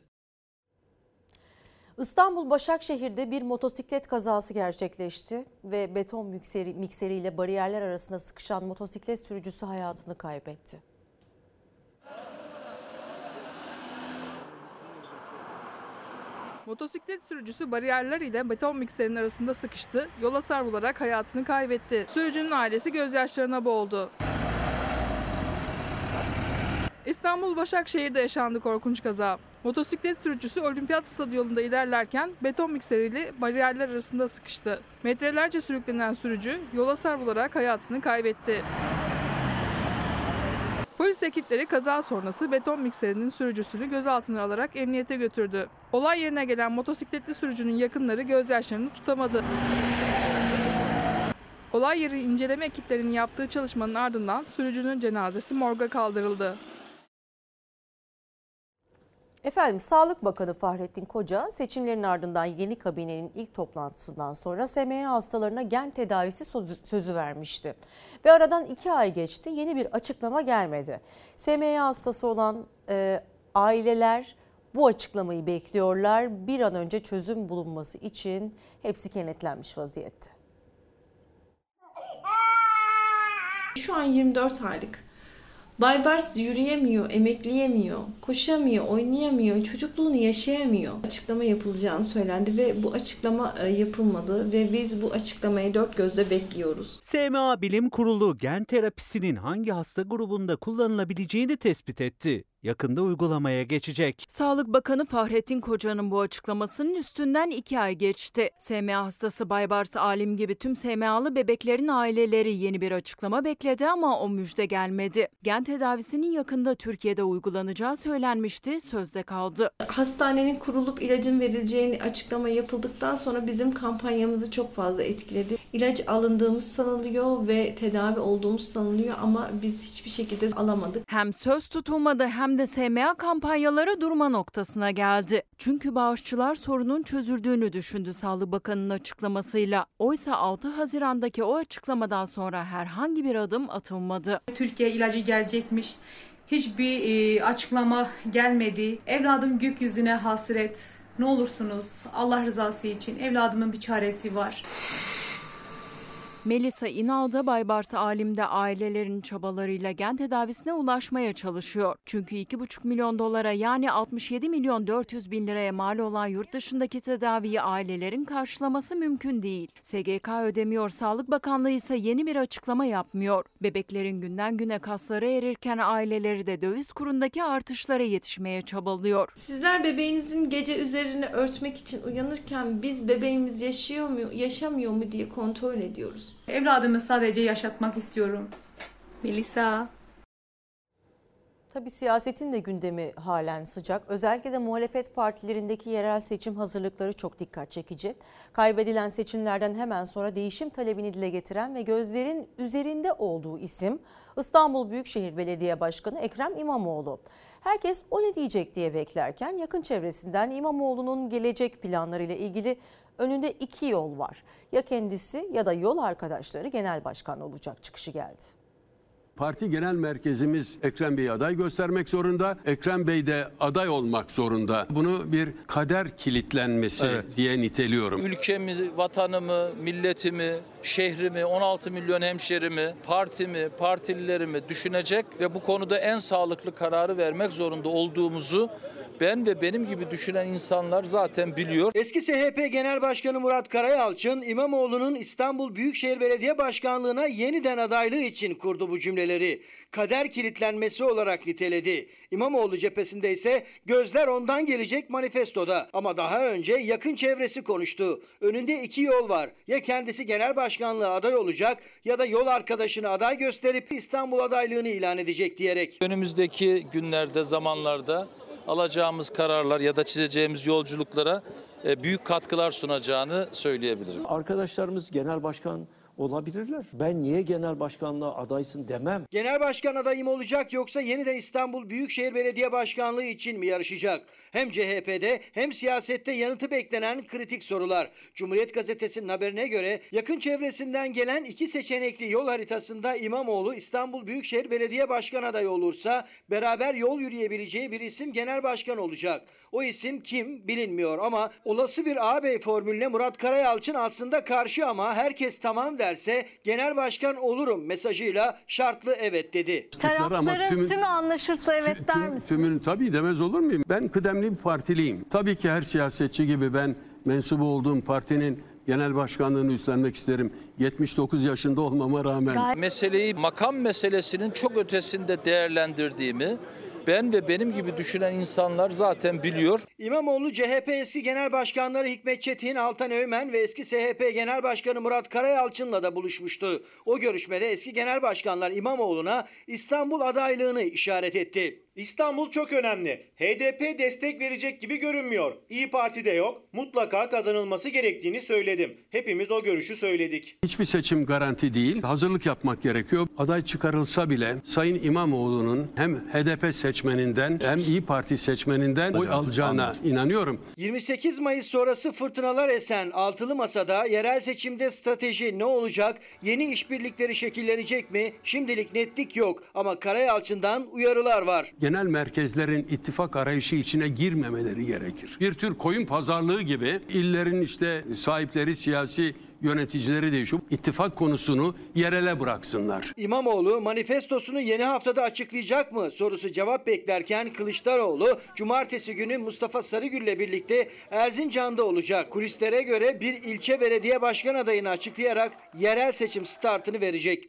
İstanbul Başakşehir'de bir motosiklet kazası gerçekleşti ve beton mikseriyle bariyerler arasında sıkışan motosiklet sürücüsü hayatını kaybetti. Motosiklet sürücüsü bariyerler ile beton mikserin arasında sıkıştı, yola savrularak hayatını kaybetti. Sürücünün ailesi gözyaşlarına boğuldu. İstanbul Başakşehir'de yaşandı korkunç kaza. Motosiklet sürücüsü Olimpiyat Stadı yolunda ilerlerken beton mikseriyle bariyerler arasında sıkıştı. Metrelerce sürüklenen sürücü yola savrularak hayatını kaybetti. Polis ekipleri kaza sonrası beton mikserinin sürücüsünü gözaltına alarak emniyete götürdü. Olay yerine gelen motosikletli sürücünün yakınları gözyaşlarını tutamadı. Olay yeri inceleme ekiplerinin yaptığı çalışmanın ardından sürücünün cenazesi morga kaldırıldı. Efendim, Sağlık Bakanı Fahrettin Koca seçimlerin ardından yeni kabinenin ilk toplantısından sonra SMA hastalarına gen tedavisi sözü vermişti. Ve aradan 2 ay geçti, yeni bir açıklama gelmedi. SMA hastası olan aileler bu açıklamayı bekliyorlar. Bir an önce çözüm bulunması için hepsi kenetlenmiş vaziyette. Şu an 24 aylık. Baybars yürüyemiyor, emekleyemiyor, koşamıyor, oynayamıyor, çocukluğunu yaşayamıyor. Açıklama yapılacağını söylendi ve bu açıklama yapılmadı ve biz bu açıklamayı dört gözle bekliyoruz. SMA Bilim Kurulu gen terapisinin hangi hasta grubunda kullanılabileceğini tespit etti. Yakında uygulamaya geçecek. Sağlık Bakanı Fahrettin Koca'nın bu açıklamasının üstünden 2 ay geçti. SMA hastası Baybars Alim gibi tüm SMA'lı bebeklerin aileleri yeni bir açıklama bekledi ama o müjde gelmedi. Gen tedavisinin yakında Türkiye'de uygulanacağı söylenmişti, sözde kaldı. Hastanenin kurulup ilacın verileceğini açıklama yapıldıktan sonra bizim kampanyamızı çok fazla etkiledi. İlaç alındığımız sanılıyor ve tedavi olduğumuz sanılıyor ama biz hiçbir şekilde alamadık. Hem söz tutulmadı hem de SMA kampanyaları durma noktasına geldi. Çünkü bağışçılar sorunun çözüldüğünü düşündü Sağlık Bakanı'nın açıklamasıyla. Oysa 6 Haziran'daki o açıklamadan sonra herhangi bir adım atılmadı. Türkiye ilacı gelecekmiş. Hiçbir açıklama gelmedi. Evladım gökyüzüne hasret. Ne olursunuz Allah rızası için evladımın bir çaresi var. Melisa İnal da Baybars Alim'de ailelerin çabalarıyla gen tedavisine ulaşmaya çalışıyor. Çünkü 2,5 milyon dolara yani 67 milyon 400 bin liraya mal olan yurt dışındaki tedaviyi ailelerin karşılaması mümkün değil. SGK ödemiyor, Sağlık Bakanlığı ise yeni bir açıklama yapmıyor. Bebeklerin günden güne kasları erirken aileleri de döviz kurundaki artışlara yetişmeye çabalıyor. Sizler bebeğinizin gece üzerini örtmek için uyanırken biz bebeğimiz yaşıyor mu, yaşamıyor mu diye kontrol ediyoruz. Evladımı sadece yaşatmak istiyorum. Melisa. Tabii siyasetin de gündemi halen sıcak. Özellikle de muhalefet partilerindeki yerel seçim hazırlıkları çok dikkat çekici. Kaybedilen seçimlerden hemen sonra değişim talebini dile getiren ve gözlerin üzerinde olduğu isim İstanbul Büyükşehir Belediye Başkanı Ekrem İmamoğlu. Herkes o ne diyecek diye beklerken yakın çevresinden İmamoğlu'nun gelecek planlarıyla ilgili önünde 2 yol var. Ya kendisi ya da yol arkadaşları genel başkan olacak çıkışı geldi. Parti genel merkezimiz Ekrem Bey'i aday göstermek zorunda. Ekrem Bey de aday olmak zorunda. Bunu bir kader kilitlenmesi diye niteliyorum. Ülkemi, vatanımı, milletimi, şehrimi, 16 milyon hemşerimi, partimi, partililerimi düşünecek ve bu konuda en sağlıklı kararı vermek zorunda olduğumuzu ben ve benim gibi düşünen insanlar zaten biliyor. Eski CHP Genel Başkanı Murat Karayalçın, İmamoğlu'nun İstanbul Büyükşehir Belediye Başkanlığı'na yeniden adaylığı için kurdu bu cümleleri. Kader kilitlenmesi olarak niteledi. İmamoğlu cephesinde ise gözler ondan gelecek manifestoda. Ama daha önce yakın çevresi konuştu. Önünde 2 yol var. Ya kendisi genel başkanlığa aday olacak ya da yol arkadaşını aday gösterip İstanbul adaylığını ilan edecek diyerek. Önümüzdeki günlerde, zamanlarda alacağımız kararlar ya da çizeceğimiz yolculuklara büyük katkılar sunacağını söyleyebilirim. Arkadaşlarımız genel başkan olabilirler. Ben niye genel başkanlığa adaysın demem. Genel başkan adayım olacak yoksa yeniden İstanbul Büyükşehir Belediye Başkanlığı için mi yarışacak? Hem CHP'de hem siyasette yanıtı beklenen kritik sorular. Cumhuriyet Gazetesi'nin haberine göre yakın çevresinden gelen 2 seçenekli yol haritasında İmamoğlu İstanbul Büyükşehir Belediye Başkan adayı olursa beraber yol yürüyebileceği bir isim genel başkan olacak. O isim kim bilinmiyor ama olası bir ağabey formülüne Murat Karayalçın aslında karşı ama herkes tamam derse genel başkan olurum mesajıyla şartlı evet dedi. Tarafların tümü anlaşırsa evet der misiniz? Tümünü tabii demez olur muyum? Ben kıdemli bir partiliyim. Tabii ki her siyasetçi gibi ben mensubu olduğum partinin genel başkanlığını üstlenmek isterim. 79 yaşında olmama rağmen. Meseleyi makam meselesinin çok ötesinde değerlendirdiğimi ben ve benim gibi düşünen insanlar zaten biliyor. İmamoğlu CHP eski genel başkanları Hikmet Çetin, Altan Öğmen ve eski SHP Genel Başkanı Murat Karayalçın'la da buluşmuştu. O görüşmede eski genel başkanlar İmamoğlu'na İstanbul adaylığını işaret etti. İstanbul çok önemli. HDP destek verecek gibi görünmüyor. İYİ Parti'de yok. Mutlaka kazanılması gerektiğini söyledim. Hepimiz o görüşü söyledik. Hiçbir seçim garanti değil. Hazırlık yapmak gerekiyor. Aday çıkarılsa bile Sayın İmamoğlu'nun hem HDP seçmeninden hem İYİ Parti seçmeninden oy alacağına inanıyorum. 28 Mayıs sonrası fırtınalar esen altılı masada yerel seçimde strateji ne olacak? Yeni işbirlikleri şekillenecek mi? Şimdilik netlik yok ama Karayalçın'dan uyarılar var. Genel merkezlerin ittifak arayışı içine girmemeleri gerekir. Bir tür koyun pazarlığı gibi illerin işte sahipleri, siyasi yöneticileri değişiyor. İttifak konusunu yerele bıraksınlar. İmamoğlu manifestosunu yeni haftada açıklayacak mı sorusu cevap beklerken Kılıçdaroğlu cumartesi günü Mustafa Sarıgül'le birlikte Erzincan'da olacak. Kulislere göre bir ilçe belediye başkan adayını açıklayarak yerel seçim startını verecek.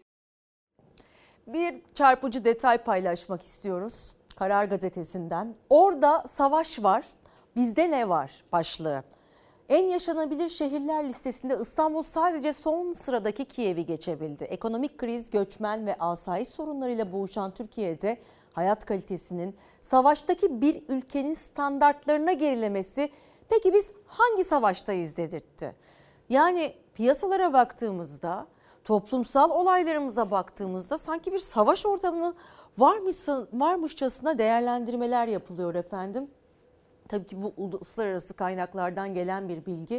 Bir çarpıcı detay paylaşmak istiyoruz Karar Gazetesi'nden. Orada savaş var, bizde ne var başlığı. En yaşanabilir şehirler listesinde İstanbul sadece son sıradaki Kiev'i geçebildi. Ekonomik kriz, göçmen ve asayiş sorunlarıyla boğuşan Türkiye'de hayat kalitesinin savaştaki bir ülkenin standartlarına gerilemesi peki biz hangi savaştayız dedirtti. Yani piyasalara baktığımızda, toplumsal olaylarımıza baktığımızda sanki bir savaş ortamı varmışçasına değerlendirmeler yapılıyor efendim. Tabii ki bu uluslararası kaynaklardan gelen bir bilgi.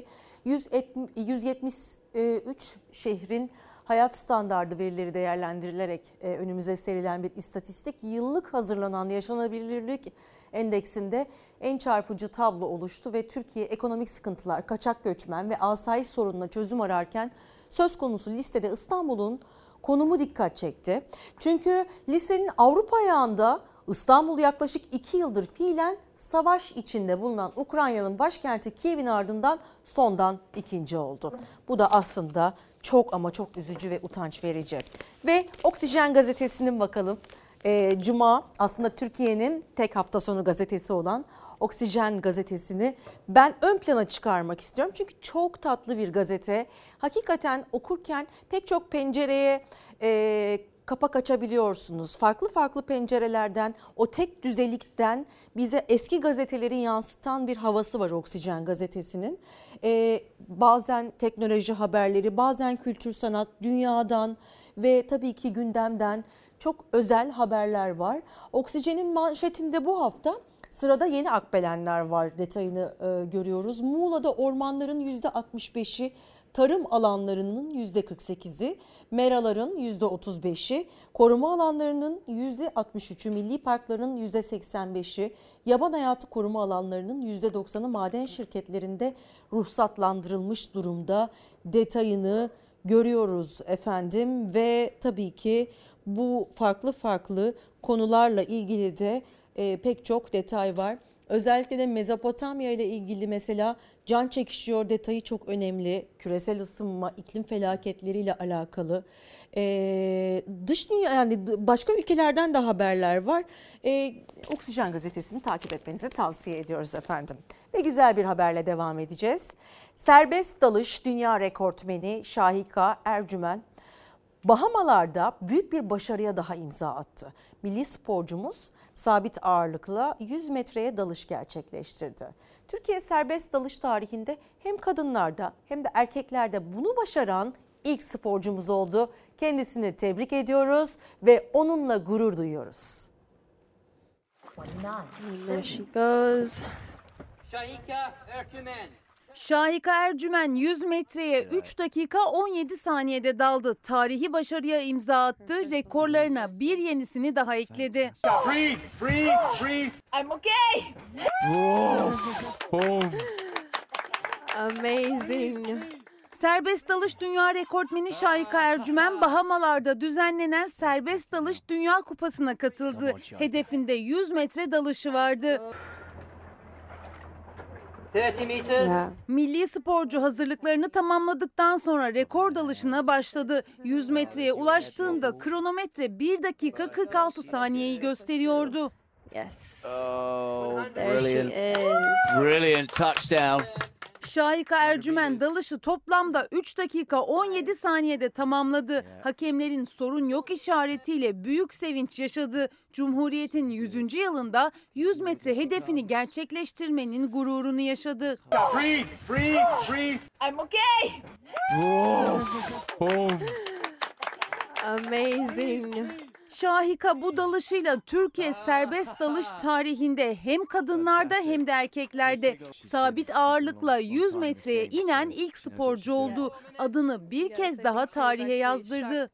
173 şehrin hayat standardı verileri değerlendirilerek önümüze serilen bir istatistik. Yıllık hazırlanan yaşanabilirlik endeksinde en çarpıcı tablo oluştu ve Türkiye ekonomik sıkıntılar, kaçak göçmen ve asayiş sorununa çözüm ararken söz konusu listede İstanbul'un konumu dikkat çekti. Çünkü listenin Avrupa ayağında İstanbul yaklaşık 2 yıldır fiilen savaş içinde bulunan Ukrayna'nın başkenti Kiev'in ardından sondan ikinci oldu. Bu da aslında çok ama çok üzücü ve utanç verici. Ve Oksijen gazetesinin bakalım. Cuma aslında Türkiye'nin tek hafta sonu gazetesi olan Oksijen gazetesini ben ön plana çıkarmak istiyorum. Çünkü çok tatlı bir gazete. Hakikaten okurken pek çok pencereye kapak açabiliyorsunuz. Farklı farklı pencerelerden, o tek düzelikten bize eski gazeteleri yansıtan bir havası var Oksijen gazetesinin. Bazen teknoloji haberleri, bazen kültür sanat, dünyadan ve tabii ki gündemden çok özel haberler var. Oksijen'in manşetinde bu hafta sırada yeni akbelenler var detayını görüyoruz. Muğla'da ormanların %65'i, tarım alanlarının %48'i, meraların %35'i, koruma alanlarının %63'ü, milli parkların %85'i, yaban hayatı koruma alanlarının %90'ı maden şirketlerinde ruhsatlandırılmış durumda detayını görüyoruz efendim. Ve tabii ki bu farklı farklı konularla ilgili de pek çok detay var. Özellikle de Mezopotamya ile ilgili mesela can çekişiyor detayı çok önemli. Küresel ısınma, iklim felaketleriyle alakalı. Dış dünya yani başka ülkelerden de haberler var. Oksijen gazetesini takip etmenizi tavsiye ediyoruz efendim. Ve güzel bir haberle devam edeceğiz. Serbest dalış dünya rekortmeni Şahika Ercümen Bahamalar'da büyük bir başarıya daha imza attı. Milli sporcumuz sabit ağırlıkla 100 metreye dalış gerçekleştirdi. Türkiye serbest dalış tarihinde hem kadınlarda hem de erkeklerde bunu başaran ilk sporcumuz oldu. Kendisini tebrik ediyoruz ve onunla gurur duyuyoruz. There she goes. Şahika Ercümen 100 metreye 3 dakika 17 saniyede daldı. Tarihi başarıya imza attı. Rekorlarına bir yenisini daha ekledi. I'm okay. Amazing. Serbest dalış dünya rekortmeni Şahika Ercümen Bahamalar'da düzenlenen Serbest Dalış Dünya Kupası'na katıldı. Hedefinde 100 metre dalışı vardı. Milli sporcu hazırlıklarını tamamladıktan sonra rekor dalışına başladı. 100 metreye ulaştığında kronometre 1 dakika 46 saniyeyi gösteriyordu. Yes. There she is. Brilliant touchdown. Şahika Ercümen dalışı toplamda 3 dakika 17 saniyede tamamladı. Hakemlerin sorun yok işaretiyle büyük sevinç yaşadı. Cumhuriyet'in 100. yılında 100 metre hedefini gerçekleştirmenin gururunu yaşadı. I'm okay. Amazing. Şahika bu dalışıyla Türkiye serbest dalış tarihinde hem kadınlarda hem de erkeklerde sabit ağırlıkla 100 metreye inen ilk sporcu oldu. Adını bir kez daha tarihe yazdırdı.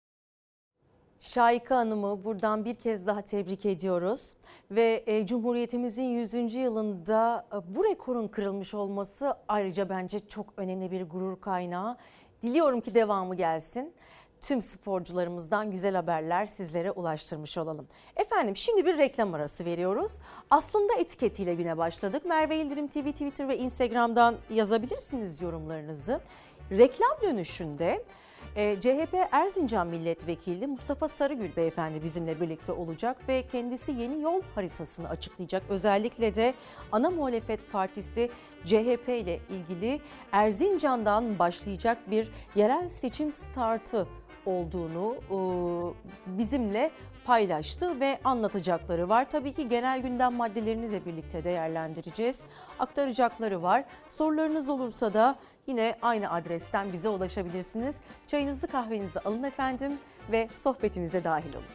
Şahika Hanım'ı buradan bir kez daha tebrik ediyoruz ve Cumhuriyetimizin 100. yılında bu rekorun kırılmış olması ayrıca bence çok önemli bir gurur kaynağı. Diliyorum ki devamı gelsin. Tüm sporcularımızdan güzel haberler sizlere ulaştırmış olalım. Efendim şimdi bir reklam arası veriyoruz. Aslında etiketiyle güne başladık. Merve Yıldırım TV, Twitter ve Instagram'dan yazabilirsiniz yorumlarınızı. Reklam dönüşünde CHP Erzincan Milletvekili Mustafa Sarıgül Beyefendi bizimle birlikte olacak ve kendisi yeni yol haritasını açıklayacak. Özellikle de ana muhalefet partisi CHP ile ilgili Erzincan'dan başlayacak bir yerel seçim startı olduğunu bizimle paylaştı ve anlatacakları var. Tabii ki genel gündem maddelerini de birlikte değerlendireceğiz. Aktaracakları var. Sorularınız olursa da yine aynı adresten bize ulaşabilirsiniz. Çayınızı kahvenizi alın efendim ve sohbetimize dahil olun.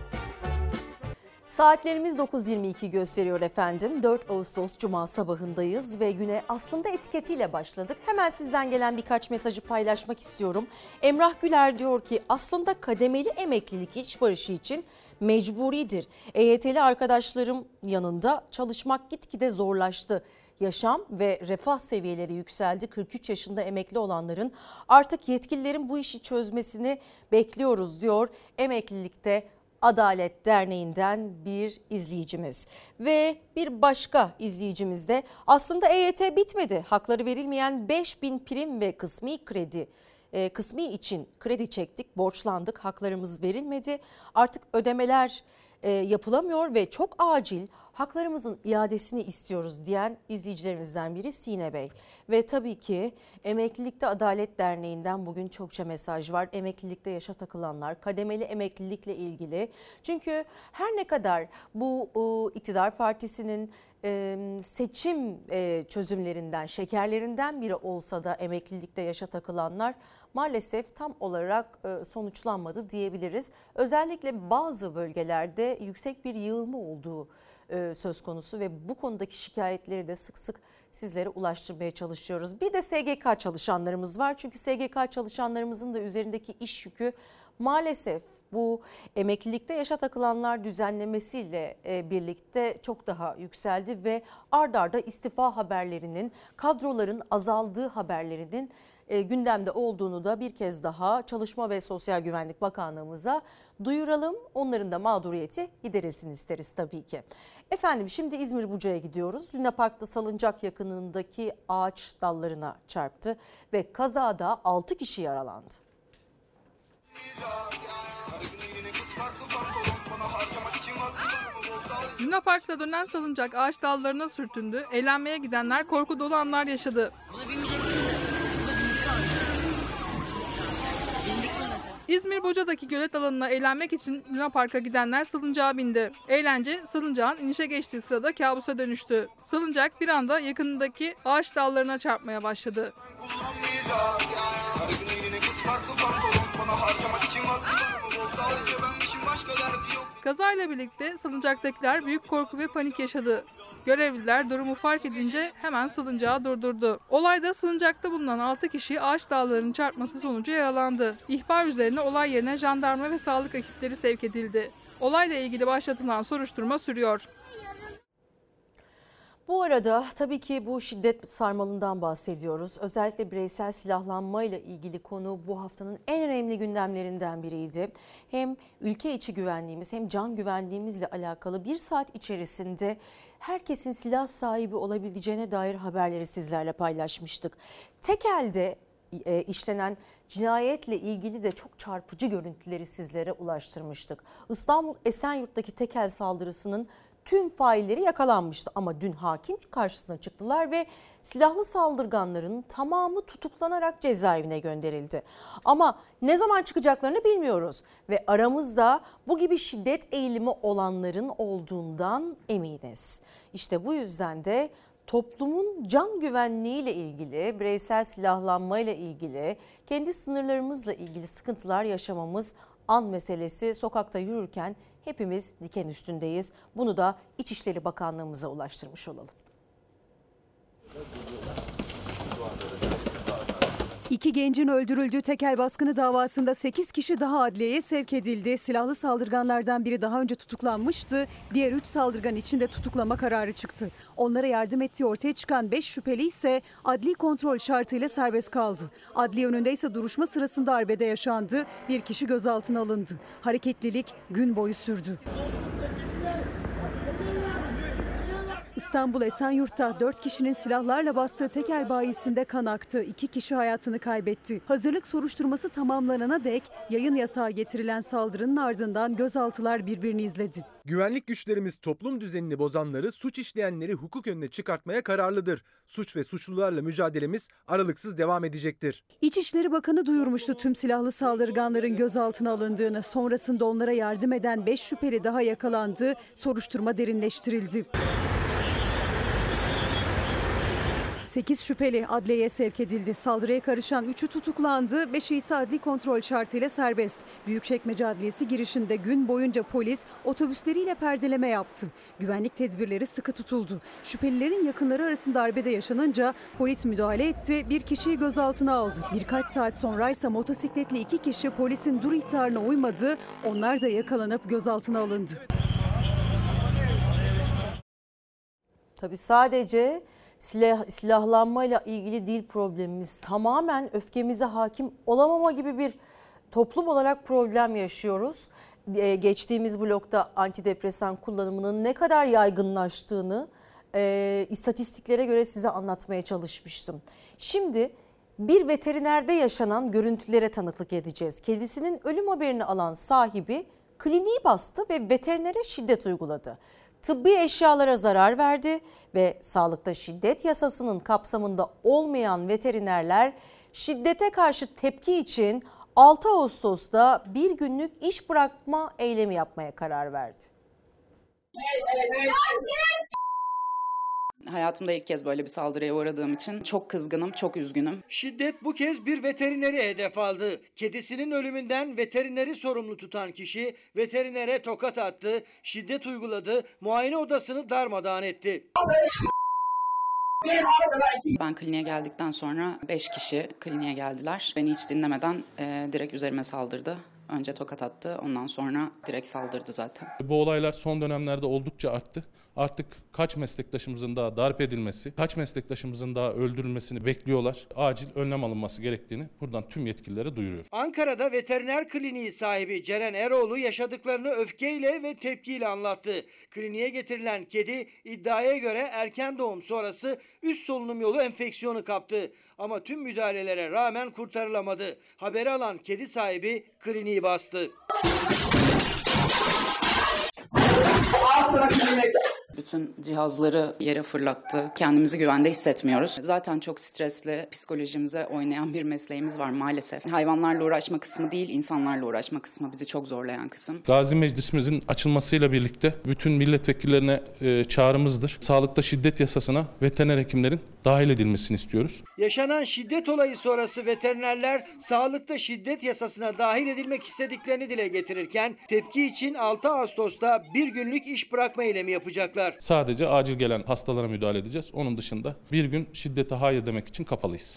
Saatlerimiz 9.22 gösteriyor efendim. 4 Ağustos Cuma sabahındayız ve güne aslında etiketiyle başladık. Hemen sizden gelen birkaç mesajı paylaşmak istiyorum. Emrah Güler diyor ki aslında kademeli emeklilik iş barışı için mecburidir. EYT'li arkadaşlarım yanında çalışmak gitgide zorlaştı. Yaşam ve refah seviyeleri yükseldi. 43 yaşında emekli olanların artık yetkililerin bu işi çözmesini bekliyoruz diyor. Emeklilikte Adalet Derneği'nden bir izleyicimiz ve bir başka izleyicimiz de aslında EYT bitmedi. Hakları verilmeyen 5.000 prim ve kısmi için kredi çektik, borçlandık, haklarımız verilmedi. Artık ödemeler yapılamıyor ve çok acil haklarımızın iadesini istiyoruz diyen izleyicilerimizden biri Sine Bey. Ve tabii ki Emeklilikte Adalet Derneği'nden bugün çokça mesaj var. Emeklilikte yaşa takılanlar, kademeli emeklilikle ilgili. Çünkü her ne kadar bu iktidar partisinin seçim çözümlerinden, şekerlerinden biri olsa da emeklilikte yaşa takılanlar maalesef tam olarak sonuçlanmadı diyebiliriz. Özellikle bazı bölgelerde yüksek bir yığılma olduğu söz konusu ve bu konudaki şikayetleri de sık sık sizlere ulaştırmaya çalışıyoruz. Bir de SGK çalışanlarımız var. Çünkü SGK çalışanlarımızın da üzerindeki iş yükü maalesef bu emeklilikte yaşa takılanlar düzenlemesiyle birlikte çok daha yükseldi ve ard arda istifa haberlerinin, kadroların azaldığı haberlerinin gündemde olduğunu da bir kez daha Çalışma ve Sosyal Güvenlik Bakanlığımıza duyuralım. Onların da mağduriyeti giderilsin isteriz tabii ki. Efendim şimdi İzmir Buca'ya gidiyoruz. Luna Park'ta salıncak yakınındaki ağaç dallarına çarptı ve kazada 6 kişi yaralandı. Luna Park'ta dönen salıncak ağaç dallarına sürtündü. Eğlenmeye gidenler korku dolu anlar yaşadı. İzmir Buca'daki gölet alanına eğlenmek için Luna Park'a gidenler salıncağa bindi. Eğlence salıncağın inişe geçtiği sırada kabusa dönüştü. Salıncak bir anda yakınındaki ağaç dallarına çarpmaya başladı. Kazayla birlikte salıncaktakiler büyük korku ve panik yaşadı. Görevliler durumu fark edince hemen salıncağı durdurdu. Olayda salıncakta bulunan 6 kişi ağaç dallarının çarpması sonucu yaralandı. İhbar üzerine olay yerine jandarma ve sağlık ekipleri sevk edildi. Olayla ilgili başlatılan soruşturma sürüyor. Bu arada tabii ki bu şiddet sarmalından bahsediyoruz. Özellikle bireysel silahlanmayla ilgili konu bu haftanın en önemli gündemlerinden biriydi. Hem ülke içi güvenliğimiz hem can güvenliğimizle alakalı bir saat içerisinde herkesin silah sahibi olabileceğine dair haberleri sizlerle paylaşmıştık. Tekel'de işlenen cinayetle ilgili de çok çarpıcı görüntüleri sizlere ulaştırmıştık. İstanbul Esenyurt'taki Tekel saldırısının tüm failleri yakalanmıştı ama dün hakim karşısına çıktılar ve silahlı saldırganların tamamı tutuklanarak cezaevine gönderildi. Ama ne zaman çıkacaklarını bilmiyoruz ve aramızda bu gibi şiddet eğilimi olanların olduğundan eminiz. İşte bu yüzden de toplumun can güvenliğiyle ilgili, bireysel silahlanmayla ilgili, kendi sınırlarımızla ilgili sıkıntılar yaşamamız an meselesi. Sokakta yürürken hepimiz diken üstündeyiz. Bunu da İçişleri Bakanlığımıza ulaştırmış olalım. İki gencin öldürüldüğü Tekel baskını davasında 8 kişi daha adliyeye sevk edildi. Silahlı saldırganlardan biri daha önce tutuklanmıştı. Diğer 3 saldırgan için de tutuklama kararı çıktı. Onlara yardım ettiği ortaya çıkan 5 şüpheli ise adli kontrol şartıyla serbest kaldı. Adliye önünde ise duruşma sırasında arbede yaşandı. Bir kişi gözaltına alındı. Hareketlilik gün boyu sürdü. İstanbul Esenyurt'ta 4 kişinin silahlarla bastığı Tekel bayisinde kan aktı. 2 kişi hayatını kaybetti. Hazırlık soruşturması tamamlanana dek yayın yasağı getirilen saldırının ardından gözaltılar birbirini izledi. Güvenlik güçlerimiz toplum düzenini bozanları, suç işleyenleri hukuk önüne çıkartmaya kararlıdır. Suç ve suçlularla mücadelemiz aralıksız devam edecektir. İçişleri Bakanı duyurmuştu tüm silahlı saldırganların gözaltına alındığını. Sonrasında onlara yardım eden 5 şüpheli daha yakalandı. Soruşturma derinleştirildi. 8 şüpheli adliyeye sevk edildi. Saldırıya karışan 3'ü tutuklandı, 5'i ise adli kontrol şartıyla serbest. Büyükçekmece Adliyesi girişinde gün boyunca polis otobüsleriyle perdeleme yaptı. Güvenlik tedbirleri sıkı tutuldu. Şüphelilerin yakınları arasında arbede yaşanınca polis müdahale etti, bir kişiyi gözaltına aldı. Birkaç saat sonra ise motosikletli 2 kişi polisin dur ihtarına uymadı. Onlar da yakalanıp gözaltına alındı. Tabii sadece silahlanmayla ilgili değil problemimiz, tamamen öfkemize hakim olamama gibi bir toplum olarak problem yaşıyoruz. Geçtiğimiz blokta antidepresan kullanımının ne kadar yaygınlaştığını istatistiklere göre size anlatmaya çalışmıştım. Şimdi bir veterinerde yaşanan görüntülere tanıklık edeceğiz. Kedisinin ölüm haberini alan sahibi kliniği bastı ve veterinere şiddet uyguladı. Tıbbi eşyalara zarar verdi ve sağlıkta şiddet yasasının kapsamında olmayan veterinerler şiddete karşı tepki için 6 Ağustos'ta bir günlük iş bırakma eylemi yapmaya karar verdi. Hayatımda ilk kez böyle bir saldırıya uğradığım için çok kızgınım, çok üzgünüm. Şiddet bu kez bir veterineri hedef aldı. Kedisinin ölümünden veterineri sorumlu tutan kişi veterinere tokat attı, şiddet uyguladı, muayene odasını darmadağın etti. Ben kliniğe geldikten sonra 5 kişi kliniğe geldiler. Beni hiç dinlemeden direkt üzerime saldırdı. Önce tokat attı, ondan sonra direkt saldırdı zaten. Bu olaylar son dönemlerde oldukça arttı. Artık kaç meslektaşımızın daha darp edilmesi, kaç meslektaşımızın daha öldürülmesini bekliyorlar. Acil önlem alınması gerektiğini buradan tüm yetkililere duyuruyor. Ankara'da veteriner kliniği sahibi Ceren Eroğlu yaşadıklarını öfkeyle ve tepkiyle anlattı. Kliniğe getirilen kedi iddiaya göre erken doğum sonrası üst solunum yolu enfeksiyonu kaptı. Ama tüm müdahalelere rağmen kurtarılamadı. Haberi alan kedi sahibi kliniği bastı. Bütün cihazları yere fırlattı. Kendimizi güvende hissetmiyoruz. Zaten çok stresli, psikolojimize oynayan bir mesleğimiz var maalesef. Hayvanlarla uğraşma kısmı değil, insanlarla uğraşma kısmı bizi çok zorlayan kısım. Gazi Meclisimizin açılmasıyla birlikte bütün milletvekillerine çağrımızdır. Sağlıkta şiddet yasasına veteriner hekimlerin dahil edilmesini istiyoruz. Yaşanan şiddet olayı sonrası veterinerler sağlıkta şiddet yasasına dahil edilmek istediklerini dile getirirken tepki için 6 Ağustos'ta bir günlük iş bırakma eylemi yapacaklar. Sadece acil gelen hastalara müdahale edeceğiz. Onun dışında bir gün şiddete hayır demek için kapalıyız.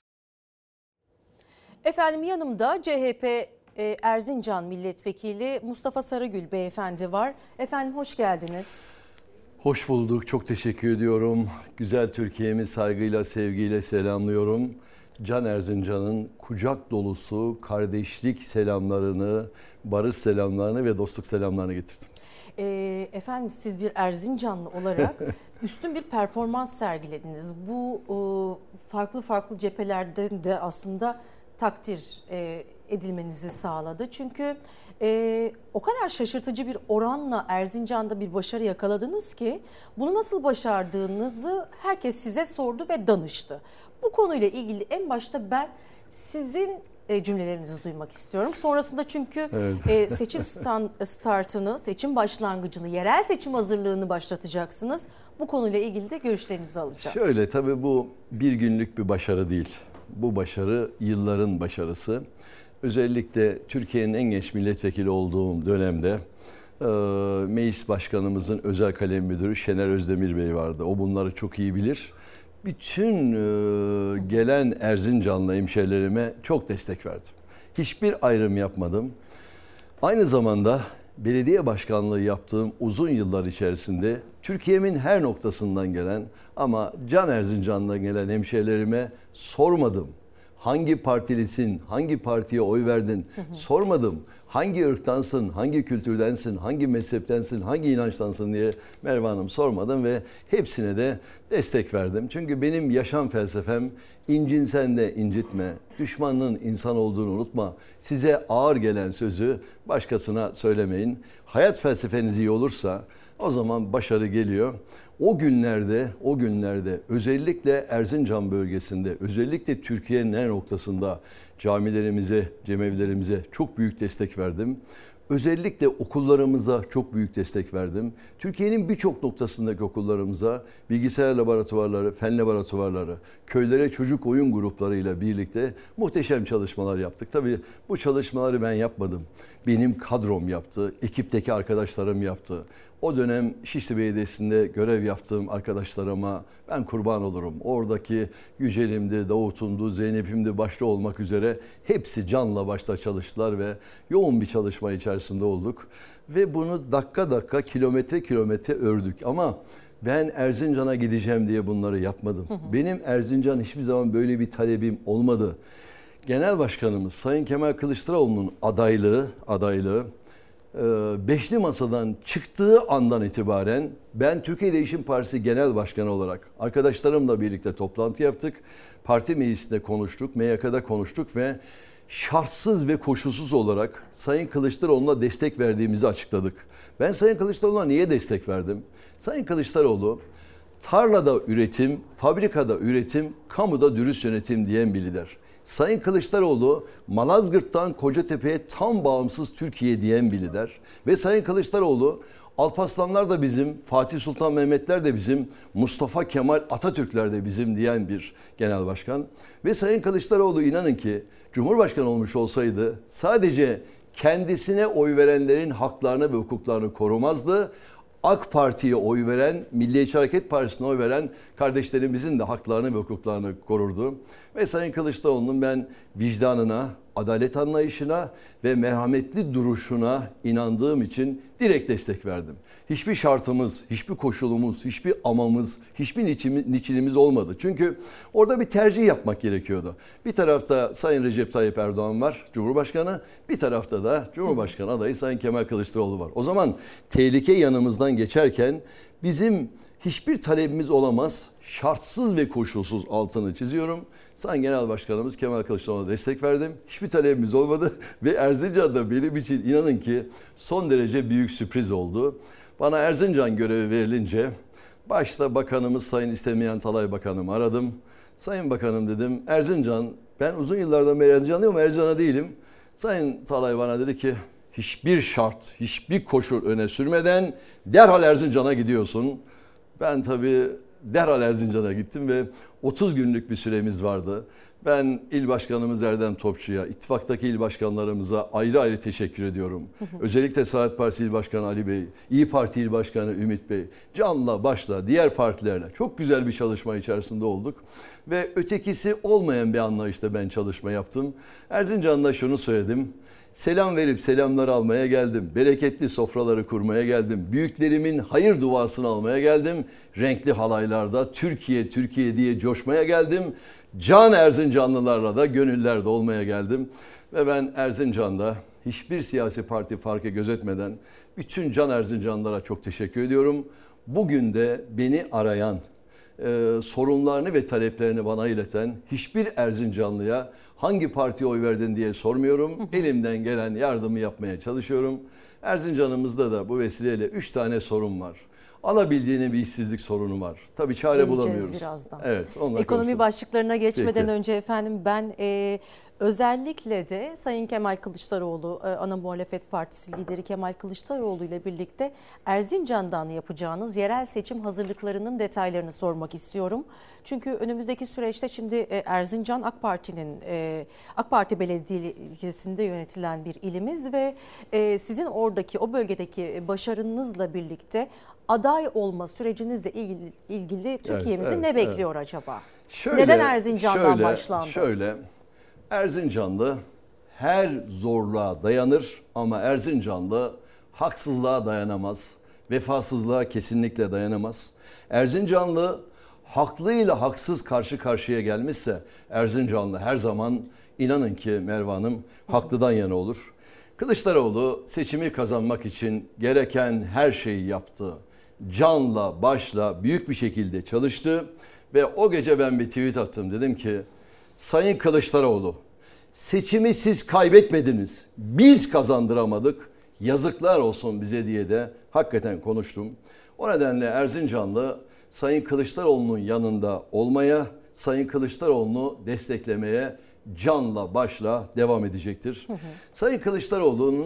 Efendim yanımda CHP Erzincan Milletvekili Mustafa Sarıgül beyefendi var. Efendim hoş geldiniz. Hoş bulduk. Çok teşekkür ediyorum. Güzel Türkiye'mi saygıyla, sevgiyle selamlıyorum. Can Erzincan'ın kucak dolusu kardeşlik selamlarını, barış selamlarını ve dostluk selamlarını getirdim. Efendim siz bir Erzincanlı olarak üstün bir performans sergilediniz. Bu farklı cephelerden de aslında takdir edilmenizi sağladı. Çünkü o kadar şaşırtıcı bir oranla Erzincan'da bir başarı yakaladınız ki bunu nasıl başardığınızı herkes size sordu ve danıştı. Bu konuyla ilgili en başta ben sizin cümlelerinizi duymak istiyorum. Sonrasında çünkü evet. Seçim startını, seçim başlangıcını, yerel seçim hazırlığını başlatacaksınız. Bu konuyla ilgili de görüşlerinizi alacağım. Şöyle tabii bu bir günlük bir başarı değil. Bu başarı yılların başarısı. Özellikle Türkiye'nin en genç milletvekili olduğum dönemde Meclis Başkanımızın özel kalem müdürü Şener Özdemir Bey vardı. O bunları çok iyi bilir. Bütün gelen Erzincanlı hemşehrilerime çok destek verdim. Hiçbir ayrım yapmadım. Aynı zamanda belediye başkanlığı yaptığım uzun yıllar içerisinde Türkiye'min her noktasından gelen ama Can Erzincan'dan gelen hemşehrilerime sormadım. Hangi partilisin, hangi partiye oy verdin sormadım. Hangi ırktansın, hangi kültürdensin, hangi mezheptensin, hangi inançtansın diye Merve Hanım sormadım ve hepsine de destek verdim. Çünkü benim yaşam felsefem incinsen de incitme, düşmanın insan olduğunu unutma, size ağır gelen sözü başkasına söylemeyin. Hayat felsefeniz iyi olursa o zaman başarı geliyor. O günlerde özellikle Erzincan bölgesinde, özellikle Türkiye'nin her noktasında camilerimize, cemevlerimize çok büyük destek verdim. Özellikle okullarımıza çok büyük destek verdim. Türkiye'nin birçok noktasındaki okullarımıza bilgisayar laboratuvarları, fen laboratuvarları, köylere çocuk oyun gruplarıyla birlikte muhteşem çalışmalar yaptık. Tabii bu çalışmaları ben yapmadım. Benim kadrom yaptı, ekipteki arkadaşlarım yaptı. O dönem Şişli Belediyesi'nde görev yaptığım arkadaşlarıma ben kurban olurum. Oradaki Yücel'imdi, Davut'umdu, Zeynep'imdi başta olmak üzere hepsi canla başla çalıştılar ve yoğun bir çalışma içerisinde olduk. Ve bunu dakika dakika, kilometre kilometre ördük. Ama ben Erzincan'a gideceğim diye bunları yapmadım. Benim Erzincan hiçbir zaman böyle bir talebim olmadı. Genel Başkanımız Sayın Kemal Kılıçdaroğlu'nun adaylığı Beşli Masa'dan çıktığı andan itibaren ben Türkiye Değişim Partisi Genel Başkanı olarak arkadaşlarımla birlikte toplantı yaptık. Parti meclisinde konuştuk, MYK'da konuştuk ve şartsız ve koşulsuz olarak Sayın Kılıçdaroğlu'na destek verdiğimizi açıkladık. Ben Sayın Kılıçdaroğlu'na niye destek verdim? Sayın Kılıçdaroğlu tarlada üretim, fabrikada üretim, kamuda dürüst yönetim diyen bir lider. Sayın Kılıçdaroğlu Malazgirt'tan Kocatepe'ye tam bağımsız Türkiye diyen bir lider. Ve Sayın Kılıçdaroğlu Alparslanlar da bizim, Fatih Sultan Mehmetler de bizim, Mustafa Kemal Atatürkler de bizim diyen bir genel başkan. Ve Sayın Kılıçdaroğlu inanın ki Cumhurbaşkanı olmuş olsaydı sadece kendisine oy verenlerin haklarını ve hukuklarını korumazdı. AK Parti'ye oy veren, Milliyetçi Hareket Partisi'ne oy veren kardeşlerimizin de haklarını ve hukuklarını korurdu. Ve Sayın Kılıçdaroğlu'nun ben vicdanına, adalet anlayışına ve merhametli duruşuna inandığım için direkt destek verdim. Hiçbir şartımız, hiçbir koşulumuz, hiçbir amamız, hiçbir niçinimiz olmadı. Çünkü orada bir tercih yapmak gerekiyordu. Bir tarafta Sayın Recep Tayyip Erdoğan var, Cumhurbaşkanı. Bir tarafta da Cumhurbaşkanı adayı Sayın Kemal Kılıçdaroğlu var. O zaman tehlike yanımızdan geçerken bizim hiçbir talebimiz olamaz. Şartsız ve koşulsuz altını çiziyorum. Sayın Genel Başkanımız Kemal Kılıçdaroğlu'na destek verdim. Hiçbir talebimiz olmadı ve Erzincan'da benim için inanın ki son derece büyük sürpriz oldu. Bana Erzincan görevi verilince başta bakanımız Sayın İstemeyen Talay Bakanımı aradım. Sayın Bakanım dedim, Erzincan, ben uzun yıllardan beri Erzincanlıyım ama Erzincan'a değilim. Sayın Talay bana dedi ki hiçbir şart, hiçbir koşul öne sürmeden derhal Erzincan'a gidiyorsun. Ben tabii derhal Erzincan'a gittim ve 30 günlük bir süremiz vardı. Ben İl Başkanımız Erdem Topçu'ya, ittifaktaki il başkanlarımıza ayrı ayrı teşekkür ediyorum. Özellikle Saadet Partisi İl Başkanı Ali Bey, İYİ Parti İl Başkanı Ümit Bey, canla başla diğer partilerle çok güzel bir çalışma içerisinde olduk. Ve ötekisi olmayan bir anlayışta ben çalışma yaptım. Erzincan'da şunu söyledim. Selam verip selamları almaya geldim. Bereketli sofraları kurmaya geldim. Büyüklerimin hayır duasını almaya geldim. Renkli halaylarda Türkiye, Türkiye diye coşmaya geldim. Can Erzincanlılarla da gönüllerde olmaya geldim. Ve ben Erzincan'da hiçbir siyasi parti farkı gözetmeden bütün Can Erzincanlılara çok teşekkür ediyorum. Bugün de beni arayan, sorunlarını ve taleplerini bana ileten hiçbir Erzincanlıya hangi partiye oy verdin diye sormuyorum. Elimden gelen yardımı yapmaya çalışıyorum. Erzincan'ımızda da bu vesileyle 3 tane sorun var. Alabildiğine bir işsizlik sorunu var. Tabii çare bulamıyoruz. Birazdan. Evet, ekonomi konuşalım. başlıklarına geçmeden Peki. önce efendim ben özellikle de Sayın Kemal Kılıçdaroğlu, ana muhalefet partisi lideri Kemal Kılıçdaroğlu ile birlikte Erzincan'dan yapacağınız yerel seçim hazırlıklarının detaylarını sormak istiyorum. Çünkü önümüzdeki süreçte şimdi Erzincan AK Parti Belediyesi'nde yönetilen bir ilimiz ve sizin oradaki o bölgedeki başarınızla birlikte aday olma sürecinizle ilgili Türkiye'mizi ne bekliyor acaba? Neden Erzincan'dan başlandı? Şöyle, Erzincanlı her zorluğa dayanır ama Erzincanlı haksızlığa dayanamaz, vefasızlığa kesinlikle dayanamaz. Erzincanlı haklıyla haksız karşı karşıya gelmişse Erzincanlı her zaman inanın ki Merve Hanım haklıdan yana olur. Kılıçdaroğlu seçimi kazanmak için gereken her şeyi yaptı. Canla başla büyük bir şekilde çalıştı ve o gece ben bir tweet attım. Dedim ki Sayın Kılıçdaroğlu seçimi siz kaybetmediniz. Biz kazandıramadık. Yazıklar olsun bize diye de hakikaten konuştum. O nedenle Erzincanlı Sayın Kılıçdaroğlu'nun yanında olmaya, Sayın Kılıçdaroğlu'nu desteklemeye canla başla devam edecektir. Sayın Kılıçdaroğlu'nun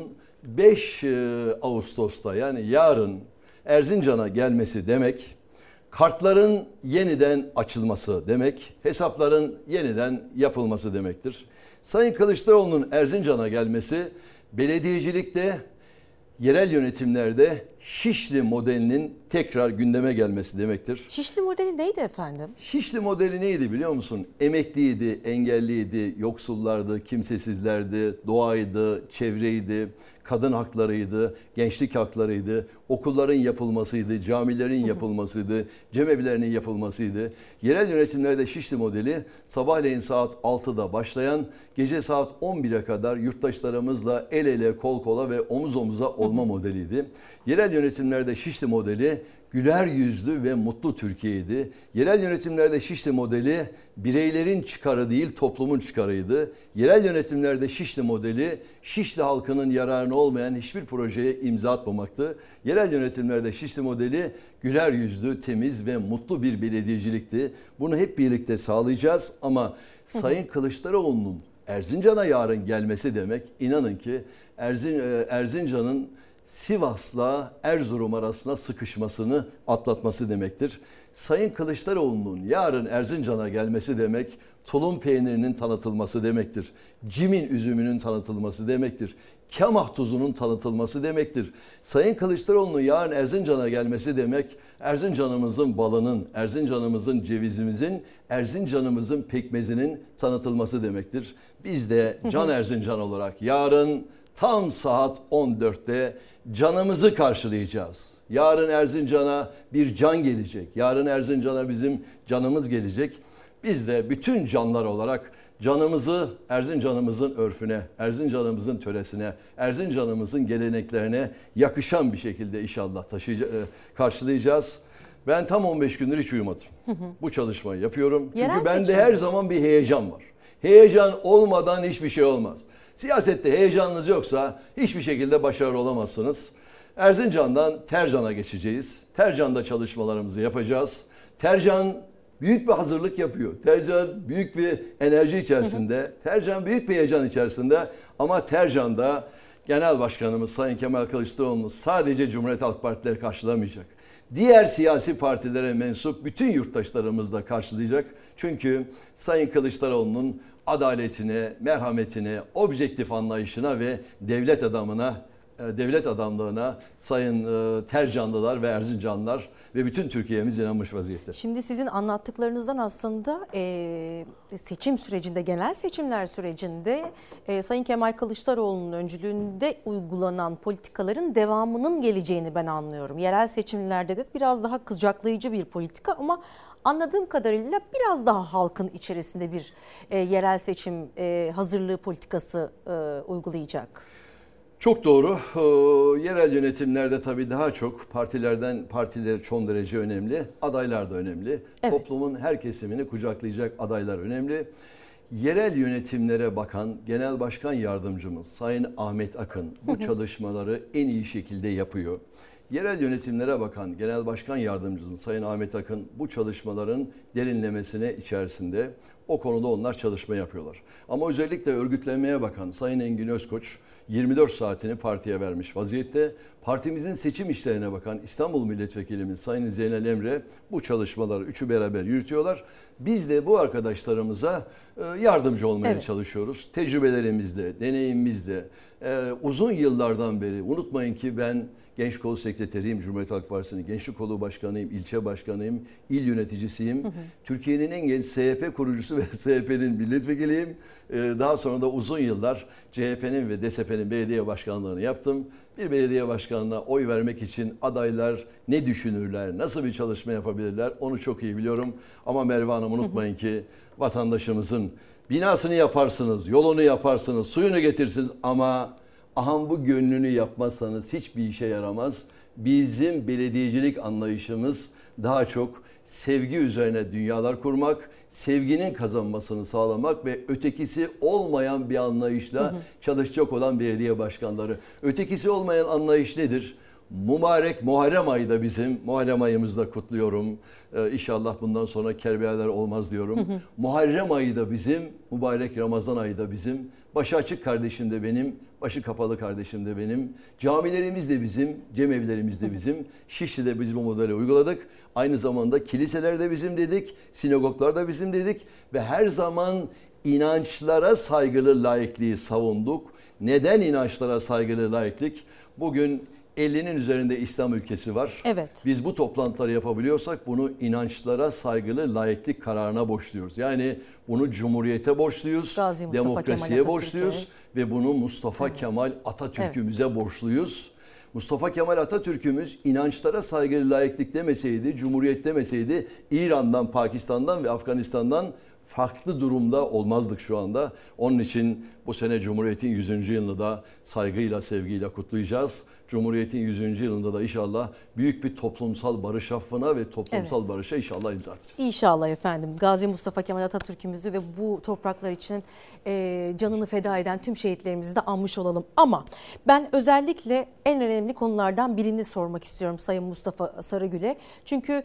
5 Ağustos'ta yani yarın Erzincan'a gelmesi demek, kartların yeniden açılması demek, hesapların yeniden yapılması demektir. Sayın Kılıçdaroğlu'nun Erzincan'a gelmesi belediyecilikte, yerel yönetimlerde Şişli modelinin tekrar gündeme gelmesi demektir. Şişli modeli neydi efendim? Şişli modeli neydi biliyor musun? Emekliydi, engelliydi, yoksullardı, kimsesizlerdi, doğaydı, çevreydi, kadın haklarıydı, gençlik haklarıydı, okulların yapılmasıydı, camilerin yapılmasıydı, cemevlerinin yapılmasıydı. Yerel yönetimlerde Şişli modeli sabahleyin saat 6'da başlayan, gece saat 11'e kadar yurttaşlarımızla el ele, kol kola ve omuz omuza olma modeliydi. Yerel yönetimlerde Şişli modeli güler yüzlü ve mutlu Türkiye'ydi. Yerel yönetimlerde Şişli modeli bireylerin çıkarı değil toplumun çıkarıydı. Yerel yönetimlerde Şişli modeli Şişli halkının yararına olmayan hiçbir projeye imza atmamaktı. Yerel yönetimlerde Şişli modeli güler yüzlü, temiz ve mutlu bir belediyecilikti. Bunu hep birlikte sağlayacağız ama Sayın Kılıçdaroğlu'nun Erzincan'a yarın gelmesi demek inanın ki Erzincan'ın Sivas'la Erzurum arasına sıkışmasını atlatması demektir. Sayın Kılıçdaroğlu'nun yarın Erzincan'a gelmesi demek tulum peynirinin tanıtılması demektir. Cimin üzümünün tanıtılması demektir. Kamah tuzunun tanıtılması demektir. Sayın Kılıçdaroğlu'nun yarın Erzincan'a gelmesi demek Erzincan'ımızın balının, Erzincan'ımızın cevizimizin, Erzincan'ımızın pekmezinin tanıtılması demektir. Biz de Can Erzincan olarak yarın tam saat 14'te canımızı karşılayacağız. Yarın Erzincan'a bir can gelecek. Yarın Erzincan'a bizim canımız gelecek. Biz de bütün canlar olarak canımızı Erzincan'ımızın örfüne, Erzincan'ımızın töresine, Erzincan'ımızın geleneklerine yakışan bir şekilde inşallah karşılayacağız. Ben tam 15 gündür hiç uyumadım. Bu çalışmayı yapıyorum. Çünkü bende her zaman bir heyecan var. Heyecan olmadan hiçbir şey olmaz. Siyasette heyecanınız yoksa hiçbir şekilde başarılı olamazsınız. Erzincan'dan Tercan'a geçeceğiz. Tercan'da çalışmalarımızı yapacağız. Tercan büyük bir hazırlık yapıyor. Tercan büyük bir enerji içerisinde. Tercan büyük bir heyecan içerisinde. Ama Tercan'da Genel Başkanımız Sayın Kemal Kılıçdaroğlu sadece Cumhuriyet Halk Partileri karşılamayacak. diğer siyasi partilere mensup bütün yurttaşlarımız da karşılayacak. Çünkü Sayın Kılıçdaroğlu'nun adaletine, merhametine, objektif anlayışına ve devlet adamlığına Sayın Tercanlılar ve Erzincanlılar ve bütün Türkiye'miz inanmış vaziyette. Şimdi sizin anlattıklarınızdan aslında seçim sürecinde, genel seçimler sürecinde Sayın Kemal Kılıçdaroğlu'nun öncülüğünde uygulanan politikaların devamının geleceğini ben anlıyorum. Yerel seçimlerde de biraz daha kucaklayıcı bir politika ama anladığım kadarıyla biraz daha halkın içerisinde bir yerel seçim hazırlığı politikası uygulayacak. Çok doğru. Yerel yönetimlerde tabii daha çok partiler son derece önemli. Adaylar da önemli. Evet. Toplumun her kesimini kucaklayacak adaylar önemli. Yerel yönetimlere bakan Genel Başkan Yardımcımız Sayın Ahmet Akın bu çalışmaları en iyi şekilde yapıyor. Yerel yönetimlere bakan Genel Başkan Yardımcımız Sayın Ahmet Akın bu çalışmaların derinlemesine içerisinde. O konuda onlar çalışma yapıyorlar. Ama özellikle örgütlenmeye bakan Sayın Engin Özkoç 24 saatini partiye vermiş vaziyette. Partimizin seçim işlerine bakan İstanbul Milletvekilimiz Sayın Zeynel Emre bu çalışmaları üçü beraber yürütüyorlar. Biz de bu arkadaşlarımıza yardımcı olmaya çalışıyoruz. Tecrübelerimizle, deneyimimizle uzun yıllardan beri unutmayın ki ben Genç Kolu Sekreteriyim, Cumhuriyet Halk Partisi'nin Gençlik Kolu Başkanıyım, ilçe başkanıyım, il yöneticisiyim. Türkiye'nin en genç SHP kurucusu ve SHP'nin milletvekiliyim. Daha sonra da uzun yıllar CHP'nin ve DSP'nin belediye başkanlığını yaptım. Bir belediye başkanına oy vermek için adaylar ne düşünürler, nasıl bir çalışma yapabilirler onu çok iyi biliyorum. Ama Merve Hanım unutmayın ki vatandaşımızın binasını yaparsınız, yolunu yaparsınız, suyunu getirsiniz ama bu gönlünü yapmazsanız hiçbir işe yaramaz. Bizim belediyecilik anlayışımız daha çok sevgi üzerine dünyalar kurmak, sevginin kazanmasını sağlamak ve ötekisi olmayan bir anlayışla çalışacak olan belediye başkanları. Ötekisi olmayan anlayış nedir? Mübarek Muharrem ayı da bizim, Muharrem ayımızda kutluyorum. İnşallah bundan sonra kerbiyeler olmaz diyorum. Muharrem ayı da bizim, mübarek Ramazan ayı da bizim. Başı açık kardeşim de benim, başı kapalı kardeşim de benim. Camilerimiz de bizim, cemevlerimiz de bizim. Şişli'de biz bu modeli uyguladık. Aynı zamanda kiliseler de bizim dedik, sinagoglar da bizim dedik. Ve her zaman inançlara saygılı laikliği savunduk. Neden inançlara saygılı laiklik? Bugün 50'nin üzerinde İslam ülkesi var. Evet. Biz bu toplantıları yapabiliyorsak bunu inançlara saygılı laiklik kararına borçluyuz. Yani bunu Cumhuriyete borçluyuz, demokrasiye borçluyuz ve bunu Mustafa Kemal Atatürk'ümüze borçluyuz. Mustafa Kemal Atatürk'ümüz inançlara saygılı laiklik demeseydi, Cumhuriyet demeseydi İran'dan, Pakistan'dan ve Afganistan'dan farklı durumda olmazdık şu anda. Onun için bu sene Cumhuriyet'in 100. yılını da saygıyla, sevgiyle kutlayacağız. Cumhuriyet'in 100. yılında da inşallah büyük bir toplumsal barış affına ve toplumsal barışa inşallah imza atacağız. İnşallah efendim. Gazi Mustafa Kemal Atatürk'ümüzü ve bu topraklar için canını feda eden tüm şehitlerimizi de anmış olalım. Ama ben özellikle en önemli konulardan birini sormak istiyorum Sayın Mustafa Sarıgül'e. Çünkü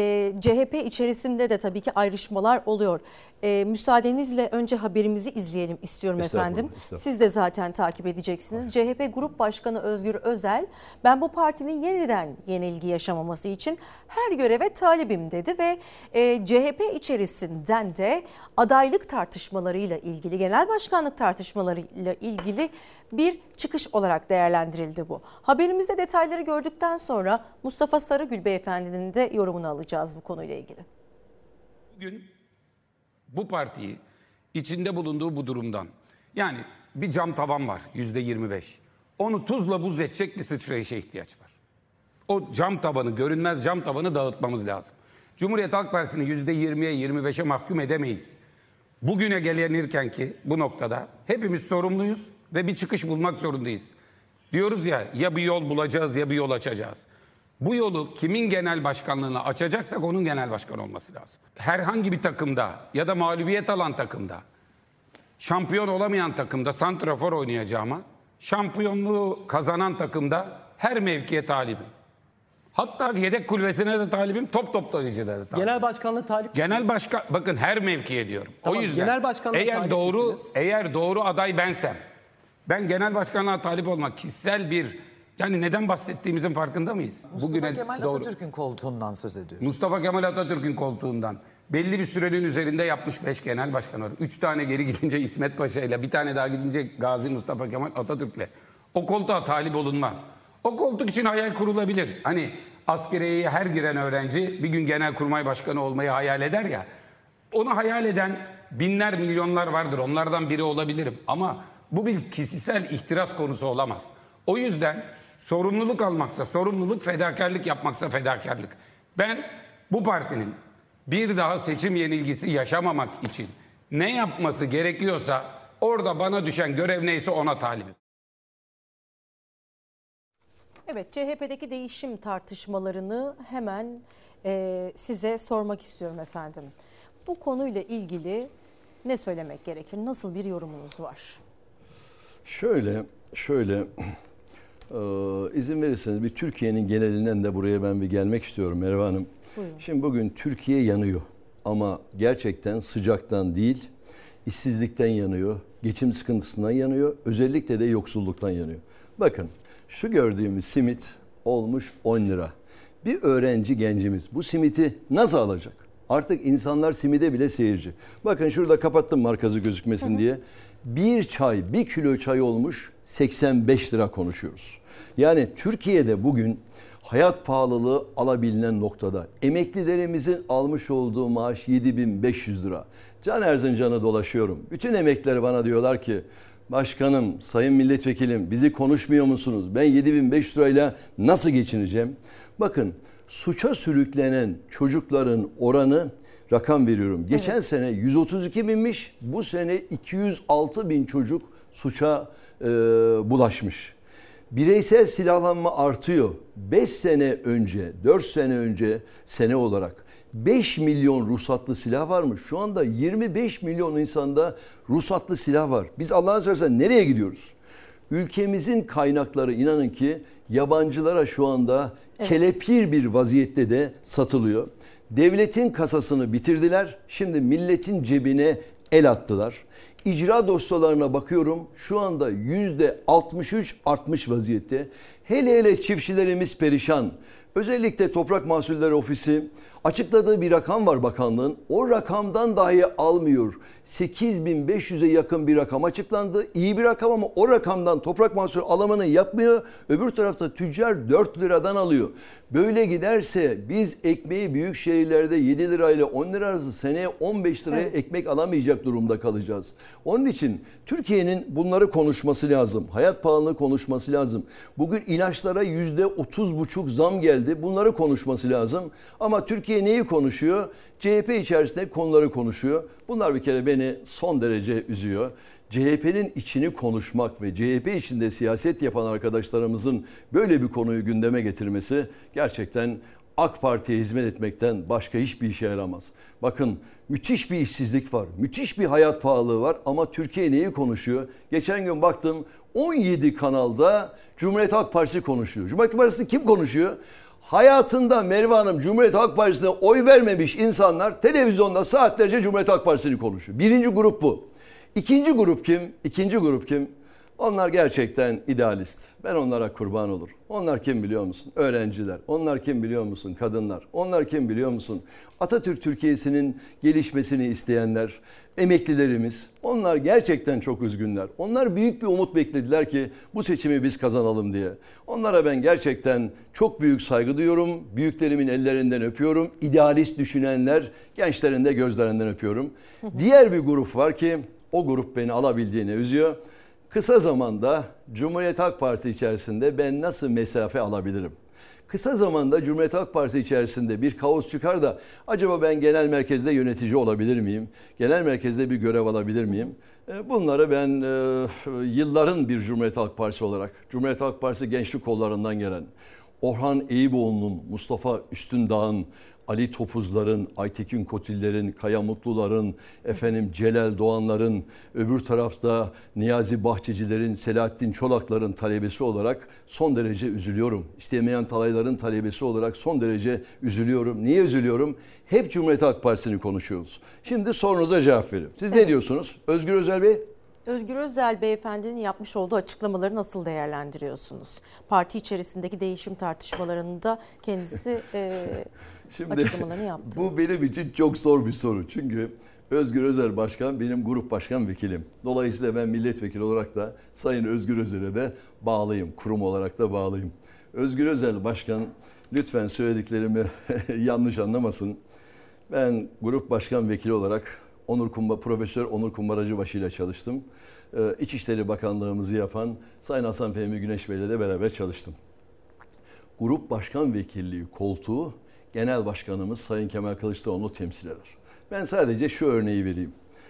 CHP içerisinde de tabii ki ayrışmalar oluyor. Müsaadenizle önce haberimizi izleyelim istiyorum efendim. Siz de zaten takip edeceksiniz. CHP Grup Başkanı Özgür Özel, ben bu partinin yeniden yenilgi yaşamaması için her göreve talibim dedi ve CHP içerisinden de adaylık tartışmalarıyla ilgili, genel başkanlık tartışmalarıyla ilgili bir çıkış olarak değerlendirildi bu. Haberimizde detayları gördükten sonra Mustafa Sarıgül Beyefendi'nin de yorumunu alacağız bu konuyla ilgili. Bugün bu partiyi içinde bulunduğu bu durumdan, yani bir cam tavan var %25. Onu tuzla buz edecek bir sıçrayışa ihtiyaç var. O cam tavanı, görünmez cam tavanı dağıtmamız lazım. Cumhuriyet Halk Partisi'ni %20'ye 25'e mahkum edemeyiz. Bugüne gelinirken ki bu noktada hepimiz sorumluyuz ve bir çıkış bulmak zorundayız. Diyoruz ya bir yol bulacağız ya bir yol açacağız. Bu yolu kimin genel başkanlığına açacaksak onun genel başkan olması lazım. Herhangi bir takımda ya da mağlubiyet alan takımda, şampiyon olamayan takımda santrafor oynayacağıma, şampiyonluğu kazanan takımda her mevkiye talibim. Hatta yedek kulübesine de talibim, top toplayıcıda da talibim. Genel başkanlığı talip. Genel başkan, bakın her mevkiye diyorum. Tamam, o yüzden genel başkanlığı eğer doğru aday bensem, ben genel başkanlığa talip olmak kişisel bir Yani neden bahsettiğimizin farkında mıyız? Mustafa Kemal Atatürk'ün koltuğundan söz ediyoruz. Mustafa Kemal Atatürk'ün koltuğundan. Belli bir sürenin üzerinde yapmış 5 genel başkan var. 3 tane geri gidince İsmet Paşa ile, bir tane daha gidince Gazi Mustafa Kemal Atatürk'le. O koltuğa talip olunmaz. O koltuk için hayal kurulabilir. Hani askeriyeye her giren öğrenci bir gün genelkurmay başkanı olmayı hayal eder ya. Onu hayal eden binler, milyonlar vardır. Onlardan biri olabilirim. Ama bu bir kişisel ihtiras konusu olamaz. O yüzden sorumluluk almaksa sorumluluk, fedakarlık yapmaksa fedakarlık. Ben bu partinin bir daha seçim yenilgisi yaşamamak için ne yapması gerekiyorsa orada bana düşen görev neyse ona talibim. Evet, CHP'deki değişim tartışmalarını hemen size sormak istiyorum efendim. Bu konuyla ilgili ne söylemek gerekir? Nasıl bir yorumunuz var? Şöyle izin verirseniz bir Türkiye'nin genelinden de buraya ben bir gelmek istiyorum Merve Hanım. Buyurun. Şimdi bugün Türkiye yanıyor ama gerçekten sıcaktan değil, işsizlikten yanıyor, geçim sıkıntısından yanıyor, özellikle de yoksulluktan yanıyor. Bakın şu gördüğümüz simit olmuş 10 lira. Bir öğrenci gencimiz bu simiti nasıl alacak? Artık insanlar simide bile seyirci. Bakın şurada kapattım markası gözükmesin diye. Bir kilo çay olmuş 85 lira konuşuyoruz. Yani Türkiye'de bugün hayat pahalılığı alabilinen noktada. Emeklilerimizin almış olduğu maaş 7.500 lira. Can Erzincan'a dolaşıyorum. Bütün emekliler bana diyorlar ki başkanım, sayın milletvekilim bizi konuşmuyor musunuz? Ben 7.500 lirayla nasıl geçineceğim? Bakın suça sürüklenen çocukların oranı, rakam veriyorum. Geçen sene 132 binmiş, bu sene 206 bin çocuk suça bulaşmış. Bireysel silahlanma artıyor. 5 sene önce, 4 sene önce sene olarak 5 milyon ruhsatlı silah varmış. Şu anda 25 milyon insanda ruhsatlı silah var. Biz Allah'ını seversen nereye gidiyoruz? Ülkemizin kaynakları inanın ki yabancılara şu anda kelepir bir vaziyette de satılıyor. Devletin kasasını bitirdiler. Şimdi milletin cebine el attılar. İcra dosyalarına bakıyorum. Şu anda %63 artmış vaziyette. Hele çiftçilerimiz perişan. Özellikle Toprak Mahsulleri Ofisi açıkladığı bir rakam var bakanlığın. O rakamdan dahi almıyor. 8.500'e yakın bir rakam açıklandı. İyi bir rakam ama o rakamdan toprak mahsulü alımını yapmıyor. Öbür tarafta tüccar 4 liradan alıyor. Böyle giderse biz ekmeği büyük şehirlerde 7 lirayla 10 lira arası seneye 15 liraya ekmek alamayacak durumda kalacağız. Onun için Türkiye'nin bunları konuşması lazım. Hayat pahalılığı konuşması lazım. Bugün ilaçlara %30,5 zam geldi. Bunları konuşması lazım. Ama Türkiye neyi konuşuyor? CHP içerisinde konuları konuşuyor. Bunlar bir kere beni son derece üzüyor. CHP'nin içini konuşmak ve CHP içinde siyaset yapan arkadaşlarımızın böyle bir konuyu gündeme getirmesi gerçekten AK Parti'ye hizmet etmekten başka hiçbir işe yaramaz. Bakın müthiş bir işsizlik var, müthiş bir hayat pahalılığı var ama Türkiye neyi konuşuyor? Geçen gün baktım 17 kanalda Cumhuriyet Halk Partisi konuşuyor. Cumhuriyet Halk Partisi kim konuşuyor? Hayatında Merve Hanım Cumhuriyet Halk Partisi'ne oy vermemiş insanlar televizyonda saatlerce Cumhuriyet Halk Partisi'ni konuşuyor. Birinci grup bu. İkinci grup kim? İkinci grup kim? Onlar gerçekten idealist. Ben onlara kurban olurum. Onlar kim biliyor musun? Öğrenciler. Onlar kim biliyor musun? Kadınlar. Onlar kim biliyor musun? Atatürk Türkiye'sinin gelişmesini isteyenler, emeklilerimiz. Onlar gerçekten çok üzgünler. Onlar büyük bir umut beklediler ki bu seçimi biz kazanalım diye. Onlara ben gerçekten çok büyük saygı duyuyorum. Büyüklerimin ellerinden öpüyorum. İdealist düşünenler, gençlerin de gözlerinden öpüyorum. Diğer bir grup var ki o grup beni alabildiğine üzüyor. Kısa zamanda Cumhuriyet Halk Partisi içerisinde ben nasıl mesafe alabilirim? Kısa zamanda Cumhuriyet Halk Partisi içerisinde bir kaos çıkar da acaba ben genel merkezde yönetici olabilir miyim? Genel merkezde bir görev alabilir miyim? Bunları ben yılların bir Cumhuriyet Halk Partisi olarak, Cumhuriyet Halk Partisi gençlik kollarından gelen Orhan Eyüboğlu'nun, Mustafa Üstündağ'ın, Ali Topuzlar'ın, Aytekin Kotiller'in, Kaya Mutlular'ın, Celal Doğanlar'ın, öbür tarafta Niyazi Bahçeciler'in, Selahattin Çolaklar'ın talebesi olarak son derece üzülüyorum. İstemeyen Talaylar'ın talebesi olarak son derece üzülüyorum. Niye üzülüyorum? Hep Cumhuriyet Halk Partisi'ni konuşuyoruz. Şimdi sorunuza cevap verin. Siz ne diyorsunuz? Özgür Özel Bey? Özgür Özel beyefendinin yapmış olduğu açıklamaları nasıl değerlendiriyorsunuz? Parti içerisindeki değişim tartışmalarında kendisi açıklamalarını yaptı. Bu benim için çok zor bir soru. Çünkü Özgür Özel Başkan benim grup başkan vekilim. Dolayısıyla ben milletvekili olarak da Sayın Özgür Özel'e de bağlıyım. Kurum olarak da bağlıyım. Özgür Özel Başkan lütfen söylediklerimi yanlış anlamasın. Ben grup başkan vekili olarak Profesör Onur Kumbaracıbaşı ile çalıştım. İçişleri Bakanlığımızı yapan Sayın Hasan Fehmi Güneş Bey ile de beraber çalıştım. Grup başkan vekilliği koltuğu Genel Başkanımız Sayın Kemal Kılıçdaroğlu temsil eder. Ben sadece şu örneği vereyim.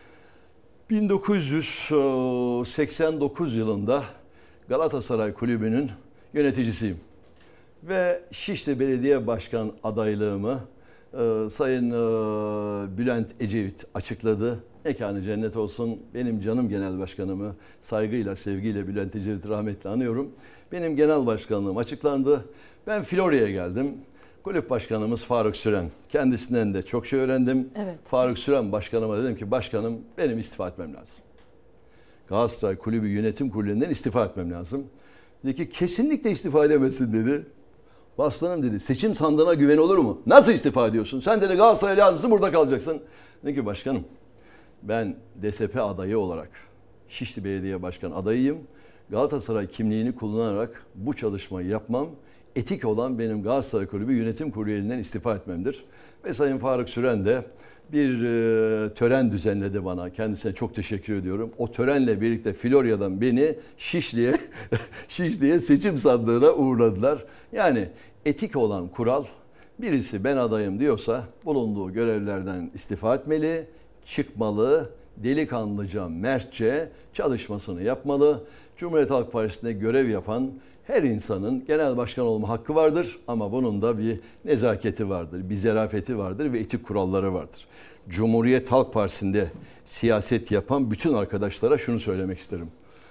1989 yılında Galatasaray Kulübü'nün yöneticisiyim. Ve Şişli Belediye Başkan adaylığımı Sayın Bülent Ecevit açıkladı. Mekanı cennet olsun. Benim canım genel başkanımı saygıyla, sevgiyle Bülent Ecevit'i rahmetle anıyorum. Benim genel başkanlığım açıklandı. Ben Florya'ya geldim. Kulüp başkanımız Faruk Süren. Kendisinden de çok şey öğrendim. Evet. Faruk Süren başkanıma dedim ki başkanım benim istifa etmem lazım. Galatasaray Kulübü Yönetim Kurulu'ndan istifa etmem lazım. Dedi ki kesinlikle istifa edemezsin dedi. Aslanım dedi seçim sandığına güven olur mu? Nasıl istifa ediyorsun? Sen dedi Galatasaraylı lazımsın burada kalacaksın. Dedi ki başkanım ben DSP adayı olarak Şişli Belediye Başkan adayıyım. Galatasaray kimliğini kullanarak bu çalışmayı yapmam. Etik olan benim Galatasaray Kulübü Yönetim Kurulu elinden istifa etmemdir. Ve Sayın Faruk Süren de bir tören düzenledi bana. Kendisine çok teşekkür ediyorum. O törenle birlikte Florya'dan beni Şişli'ye seçim sandığına uğurladılar. Yani etik olan kural birisi ben adayım diyorsa bulunduğu görevlerden istifa etmeli, çıkmalı, delikanlıca, mertçe çalışmasını yapmalı. Cumhuriyet Halk Partisi'nde görev yapan her insanın genel başkan olma hakkı vardır ama bunun da bir nezaketi vardır, bir zerafeti vardır ve etik kuralları vardır. Cumhuriyet Halk Partisi'nde siyaset yapan bütün arkadaşlara şunu söylemek isterim.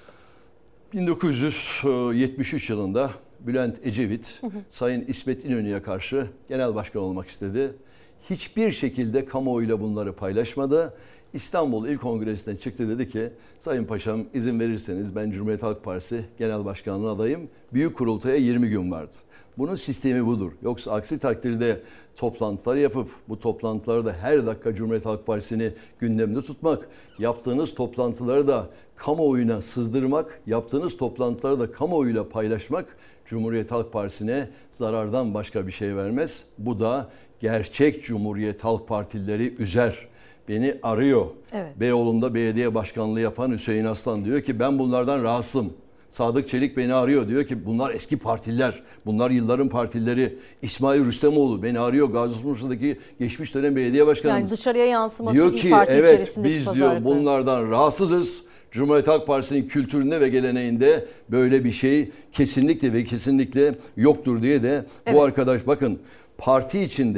1973 yılında Bülent Ecevit, Sayın İsmet İnönü'ye karşı genel başkan olmak istedi. Hiçbir şekilde kamuoyuyla bunları paylaşmadı. İstanbul İl Kongresi'ne çıktı dedi ki Sayın Paşam izin verirseniz ben Cumhuriyet Halk Partisi Genel Başkanlığı adayım. Büyük kurultaya 20 gün vardı. Bunun sistemi budur. Yoksa aksi takdirde toplantılar yapıp bu toplantılarda her dakika Cumhuriyet Halk Partisi'ni gündemde tutmak, yaptığınız toplantıları da kamuoyuna sızdırmak, yaptığınız toplantıları da kamuoyuyla paylaşmak Cumhuriyet Halk Partisi'ne zarardan başka bir şey vermez. Bu da gerçek Cumhuriyet Halk Partilileri üzer. Beni arıyor. Evet. Beyoğlu'nda belediye başkanlığı yapan Hüseyin Aslan diyor ki ben bunlardan rahatsızım. Sadık Çelik beni arıyor. Diyor ki bunlar eski partililer. Bunlar yılların partileri. İsmail Rüstemoğlu beni arıyor. Gazi Osman Paşa'daki geçmiş dönem belediye başkanımız. Yani dışarıya yansıması diyor ki, parti evet, içerisindeki biz pazarlıklar. diyor bunlardan rahatsızız. Cumhuriyet Halk Partisi'nin kültüründe ve geleneğinde böyle bir şey kesinlikle ve kesinlikle yoktur diye de evet. Bu arkadaş bakın parti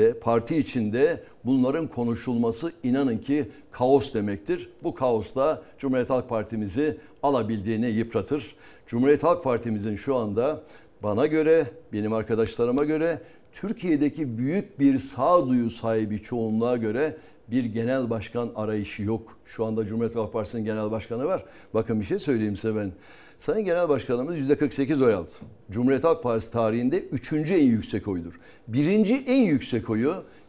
içinde bunların konuşulması inanın ki kaos demektir. Bu kaos da Cumhuriyet Halk Partimizi alabildiğine yıpratır. Cumhuriyet Halk Partimizin şu anda bana göre, benim arkadaşlarıma göre Türkiye'deki büyük bir sağduyu sahibi çoğunluğa göre bir genel başkan arayışı yok. Şu anda Cumhuriyet Halk Partisi'nin genel başkanı var. Bakın bir şey söyleyeyim size ben. Sayın Genel Başkanımız %48 oy aldı. Cumhuriyet Halk Partisi tarihinde 3. en yüksek oydur. 1. en yüksek oyu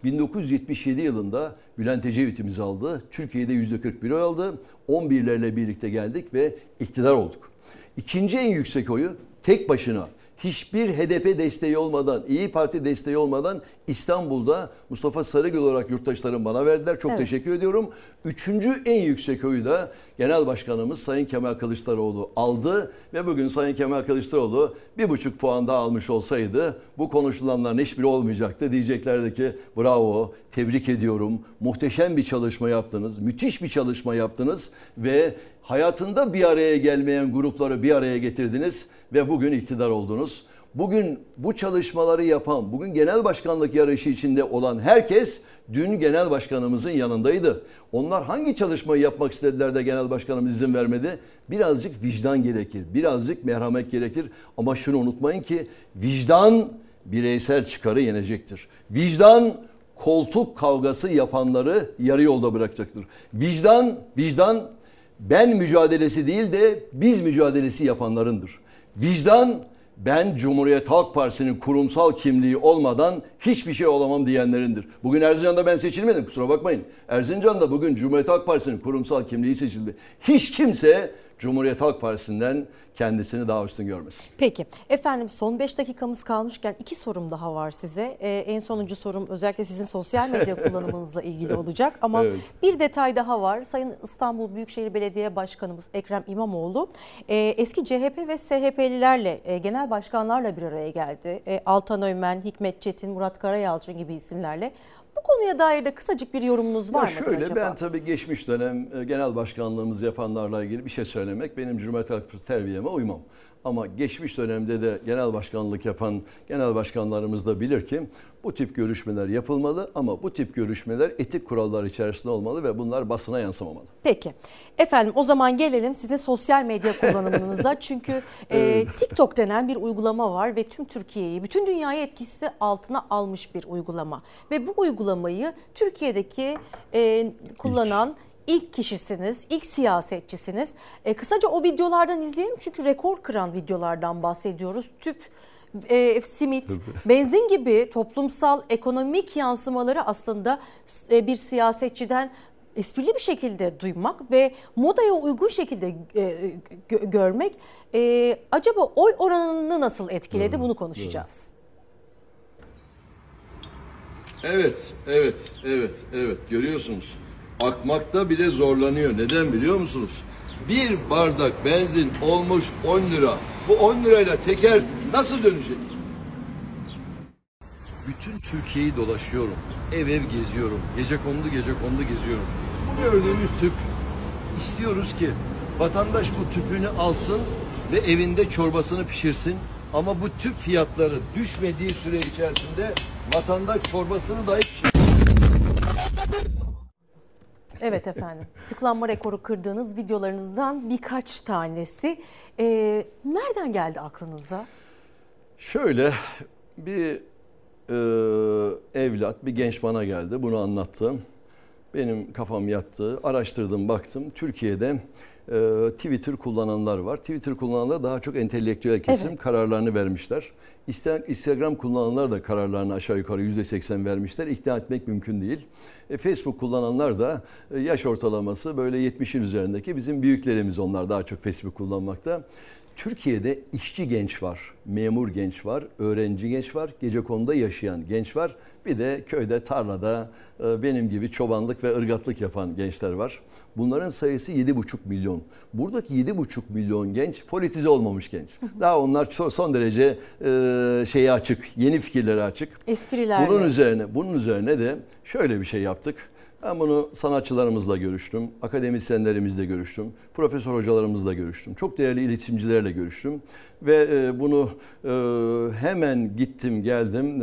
1977 yılında Bülent Ecevit'imiz aldı. Türkiye'de %41 oy aldı. 11'lerle birlikte geldik ve iktidar olduk. 2. en yüksek oyu tek başına hiçbir HDP desteği olmadan, İYİ Parti desteği olmadan İstanbul'da Mustafa Sarıgül olarak yurttaşlarım bana verdiler. Çok teşekkür ediyorum. 3. en yüksek oyu da Genel Başkanımız Sayın Kemal Kılıçdaroğlu aldı ve bugün Sayın Kemal Kılıçdaroğlu 1,5 puan daha almış olsaydı bu konuşulanların hiçbiri olmayacaktı. Diyeceklerdi ki bravo, tebrik ediyorum, muhteşem bir çalışma yaptınız, müthiş bir çalışma yaptınız ve hayatında bir araya gelmeyen grupları bir araya getirdiniz ve bugün iktidar oldunuz. Bugün bu çalışmaları yapan, bugün genel başkanlık yarışı içinde olan herkes dün genel başkanımızın yanındaydı. Onlar hangi çalışmayı yapmak istediler de genel başkanımız izin vermedi? Birazcık vicdan gerekir, birazcık merhamet gerekir. Ama şunu unutmayın ki vicdan bireysel çıkarı yenecektir. Vicdan koltuk kavgası yapanları yarı yolda bırakacaktır. Vicdan ben mücadelesi değil de biz mücadelesi yapanlarındır. Vicdan, ben Cumhuriyet Halk Partisi'nin kurumsal kimliği olmadan hiçbir şey olamam diyenlerindir. Bugün Erzincan'da ben seçilmedim, kusura bakmayın. Erzincan'da bugün Cumhuriyet Halk Partisi'nin kurumsal kimliği seçildi. Hiç kimse Cumhuriyet Halk Partisi'nden kendisini daha üstün görmesin. Peki efendim, son 5 dakikamız kalmışken 2 sorum daha var size. En sonuncu sorum özellikle sizin sosyal medya kullanımınızla ilgili olacak. Ama evet, bir detay daha var. Sayın İstanbul Büyükşehir Belediye Başkanımız Ekrem İmamoğlu eski CHP ve SHP'lilerle, genel başkanlarla bir araya geldi. Altan Öymen, Hikmet Çetin, Murat Karayalçın gibi isimlerle. Bu konuya dair de kısacık bir yorumunuz var mı acaba? Ben tabii geçmiş dönem genel başkanlığımızı yapanlarla ilgili bir şey söylemek benim Cumhuriyet Halk Partisi terbiyeme uymam. Ama geçmiş dönemde de genel başkanlık yapan genel başkanlarımız da bilir ki bu tip görüşmeler yapılmalı ama bu tip görüşmeler etik kurallar içerisinde olmalı ve bunlar basına yansımamalı. Peki. Efendim o zaman gelelim sizin sosyal medya kullanımınıza. Çünkü TikTok denen bir uygulama var ve tüm Türkiye'yi, bütün dünyayı etkisi altına almış bir uygulama. Ve bu uygulamayı Türkiye'deki kullanan İlk kişisiniz, ilk siyasetçisiniz. Kısaca o videolardan izleyelim çünkü rekor kıran videolardan bahsediyoruz. Tüp, simit, benzin gibi toplumsal, ekonomik yansımaları aslında bir siyasetçiden esprili bir şekilde duymak ve modaya uygun şekilde görmek acaba oy oranını nasıl etkiledi, bunu konuşacağız. Evet görüyorsunuz. Akmakta bile zorlanıyor. Neden biliyor musunuz? Bir bardak benzin olmuş 10 lira. Bu 10 lirayla teker nasıl dönecek? Bütün Türkiye'yi dolaşıyorum. Ev ev geziyorum. Gecekondu geziyorum. Bu gördüğümüz tüp. İstiyoruz ki vatandaş bu tüpünü alsın ve evinde çorbasını pişirsin. Ama bu tüp fiyatları düşmediği süre içerisinde vatandaş çorbasını dahi pişirsin. Evet efendim, tıklanma rekoru kırdığınız videolarınızdan birkaç tanesi. Nereden geldi aklınıza? Şöyle bir evlat, bir genç bana geldi, bunu anlattı. Benim kafam yattı, araştırdım, baktım. Türkiye'de Twitter kullananlar var. Twitter kullananlar daha çok entelektüel kesim, evet, kararlarını vermişler. Instagram kullananlar da kararlarını aşağı yukarı %80 vermişler. İkna etmek mümkün değil. Facebook kullananlar da yaş ortalaması böyle 70'in üzerindeki bizim büyüklerimiz, onlar daha çok Facebook kullanmakta. Türkiye'de işçi genç var, memur genç var, öğrenci genç var, gecekonduda yaşayan genç var. Bir de köyde, tarlada benim gibi çobanlık ve ırgatlık yapan gençler var. Bunların sayısı 7,5 milyon. Buradaki 7,5 milyon genç politize olmamış genç. Daha onlar son derece şeye açık, yeni fikirlere açık. Esprilerle. Bunun üzerine de şöyle bir şey yaptık. Ben bunu sanatçılarımızla görüştüm, akademisyenlerimizle görüştüm, profesör hocalarımızla görüştüm, çok değerli iletişimcilerle görüştüm ve bunu hemen gittim geldim.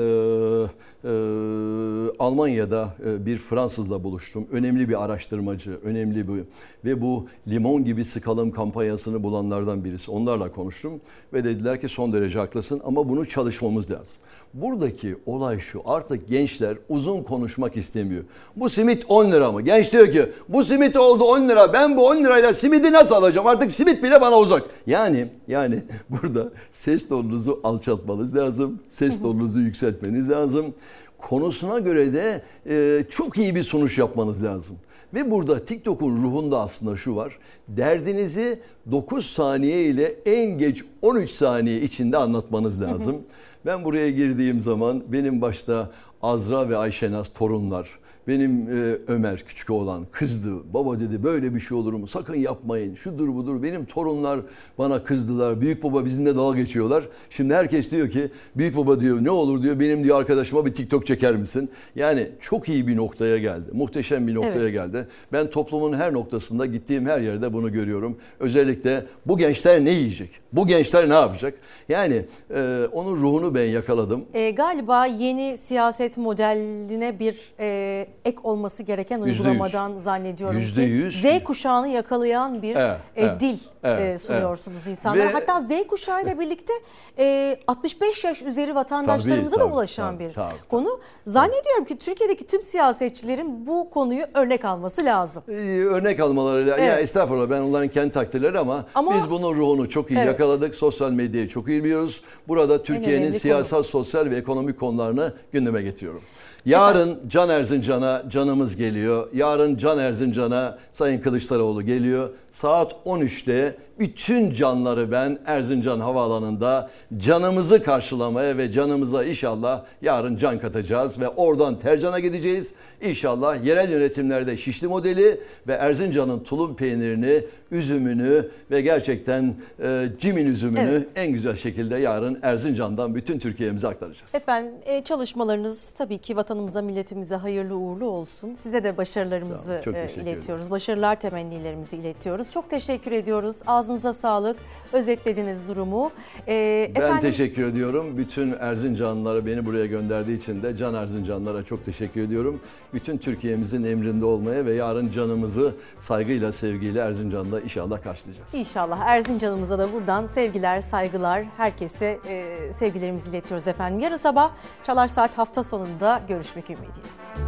Almanya'da bir Fransızla buluştum. Önemli bir araştırmacı, önemli bir ve bu limon gibi sıkalım kampanyasını bulanlardan birisi. Onlarla konuştum ve dediler ki son derece haklısın ama bunu çalışmamız lazım. Buradaki olay şu, artık gençler uzun konuşmak istemiyor. Bu simit 10 lira mı? Genç diyor ki bu simit oldu 10 lira, ben bu 10 lirayla simidi nasıl alacağım? Artık simit bile bana uzak. Yani burada ses tonunuzu alçaltmanız lazım, ses tonunuzu yükseltmeniz lazım. Konusuna göre de çok iyi bir sonuç yapmanız lazım. Ve burada TikTok'un ruhunda aslında şu var. Derdinizi 9 saniye ile en geç 13 saniye içinde anlatmanız lazım. Ben buraya girdiğim zaman benim başta Azra ve Ayşenaz torunlar, benim Ömer küçük oğlan kızdı. Baba dedi böyle bir şey olur mu? Sakın yapmayın. Şudur budur. Benim torunlar bana kızdılar. Büyük baba bizimle dalga geçiyorlar. Şimdi herkes diyor ki büyük baba diyor ne olur diyor benim diyor arkadaşıma bir TikTok çeker misin? Yani çok iyi bir noktaya geldi. Muhteşem bir noktaya geldi. Ben toplumun her noktasında gittiğim her yerde bunu görüyorum. Özellikle bu gençler ne yiyecek? Bu gençler ne yapacak? Yani onun ruhunu ben yakaladım. Galiba yeni siyaset modeline bir ek olması gereken %100. uygulamadan zannediyorum ki %100. Z kuşağını yakalayan bir dil sunuyorsunuz insanlara. Hatta Z kuşağı ile birlikte 65 yaş üzeri vatandaşlarımıza da ulaşan bir konu. Zannediyorum ki Türkiye'deki tüm siyasetçilerin bu konuyu örnek alması lazım. Örnek almaları. Ya estağfurullah, ben onların kendi takdirleri ama biz bunun ruhunu çok iyi yakaladık. Sosyal medyayı çok iyi biliyoruz. Burada Türkiye'nin siyasal, sosyal ve ekonomik konularını gündeme getiriyorum. Yarın Can Erzincan'a canımız geliyor. Yarın Can Erzincan'a Sayın Kılıçdaroğlu geliyor. Saat 13'te bütün canları ben Erzincan Havaalanı'nda canımızı karşılamaya ve canımıza inşallah yarın can katacağız ve oradan Tercan'a gideceğiz. İnşallah yerel yönetimlerde Şişli modeli ve Erzincan'ın tulum peynirini, üzümünü ve gerçekten cimin üzümünü en güzel şekilde yarın Erzincan'dan bütün Türkiye'mize aktaracağız. Efendim çalışmalarınız tabii ki vatanımıza, milletimize hayırlı uğurlu olsun. Size de başarılarımızı iletiyoruz. Başarılar temennilerimizi iletiyoruz. Çok teşekkür ediyoruz. Ağzınıza sağlık. Özetlediniz durumu. Ben teşekkür ediyorum. Bütün Erzincanlılara beni buraya gönderdiği için de Can Erzincanlılara çok teşekkür ediyorum. Bütün Türkiye'mizin emrinde olmaya ve yarın canımızı saygıyla, sevgiyle Erzincan'da inşallah karşılayacağız. İnşallah Erzincan'ımıza da buradan sevgiler, saygılar, herkese sevgilerimizi iletiyoruz efendim. Yarın sabah Çalar Saat hafta sonunda görüşmek ümidiyle.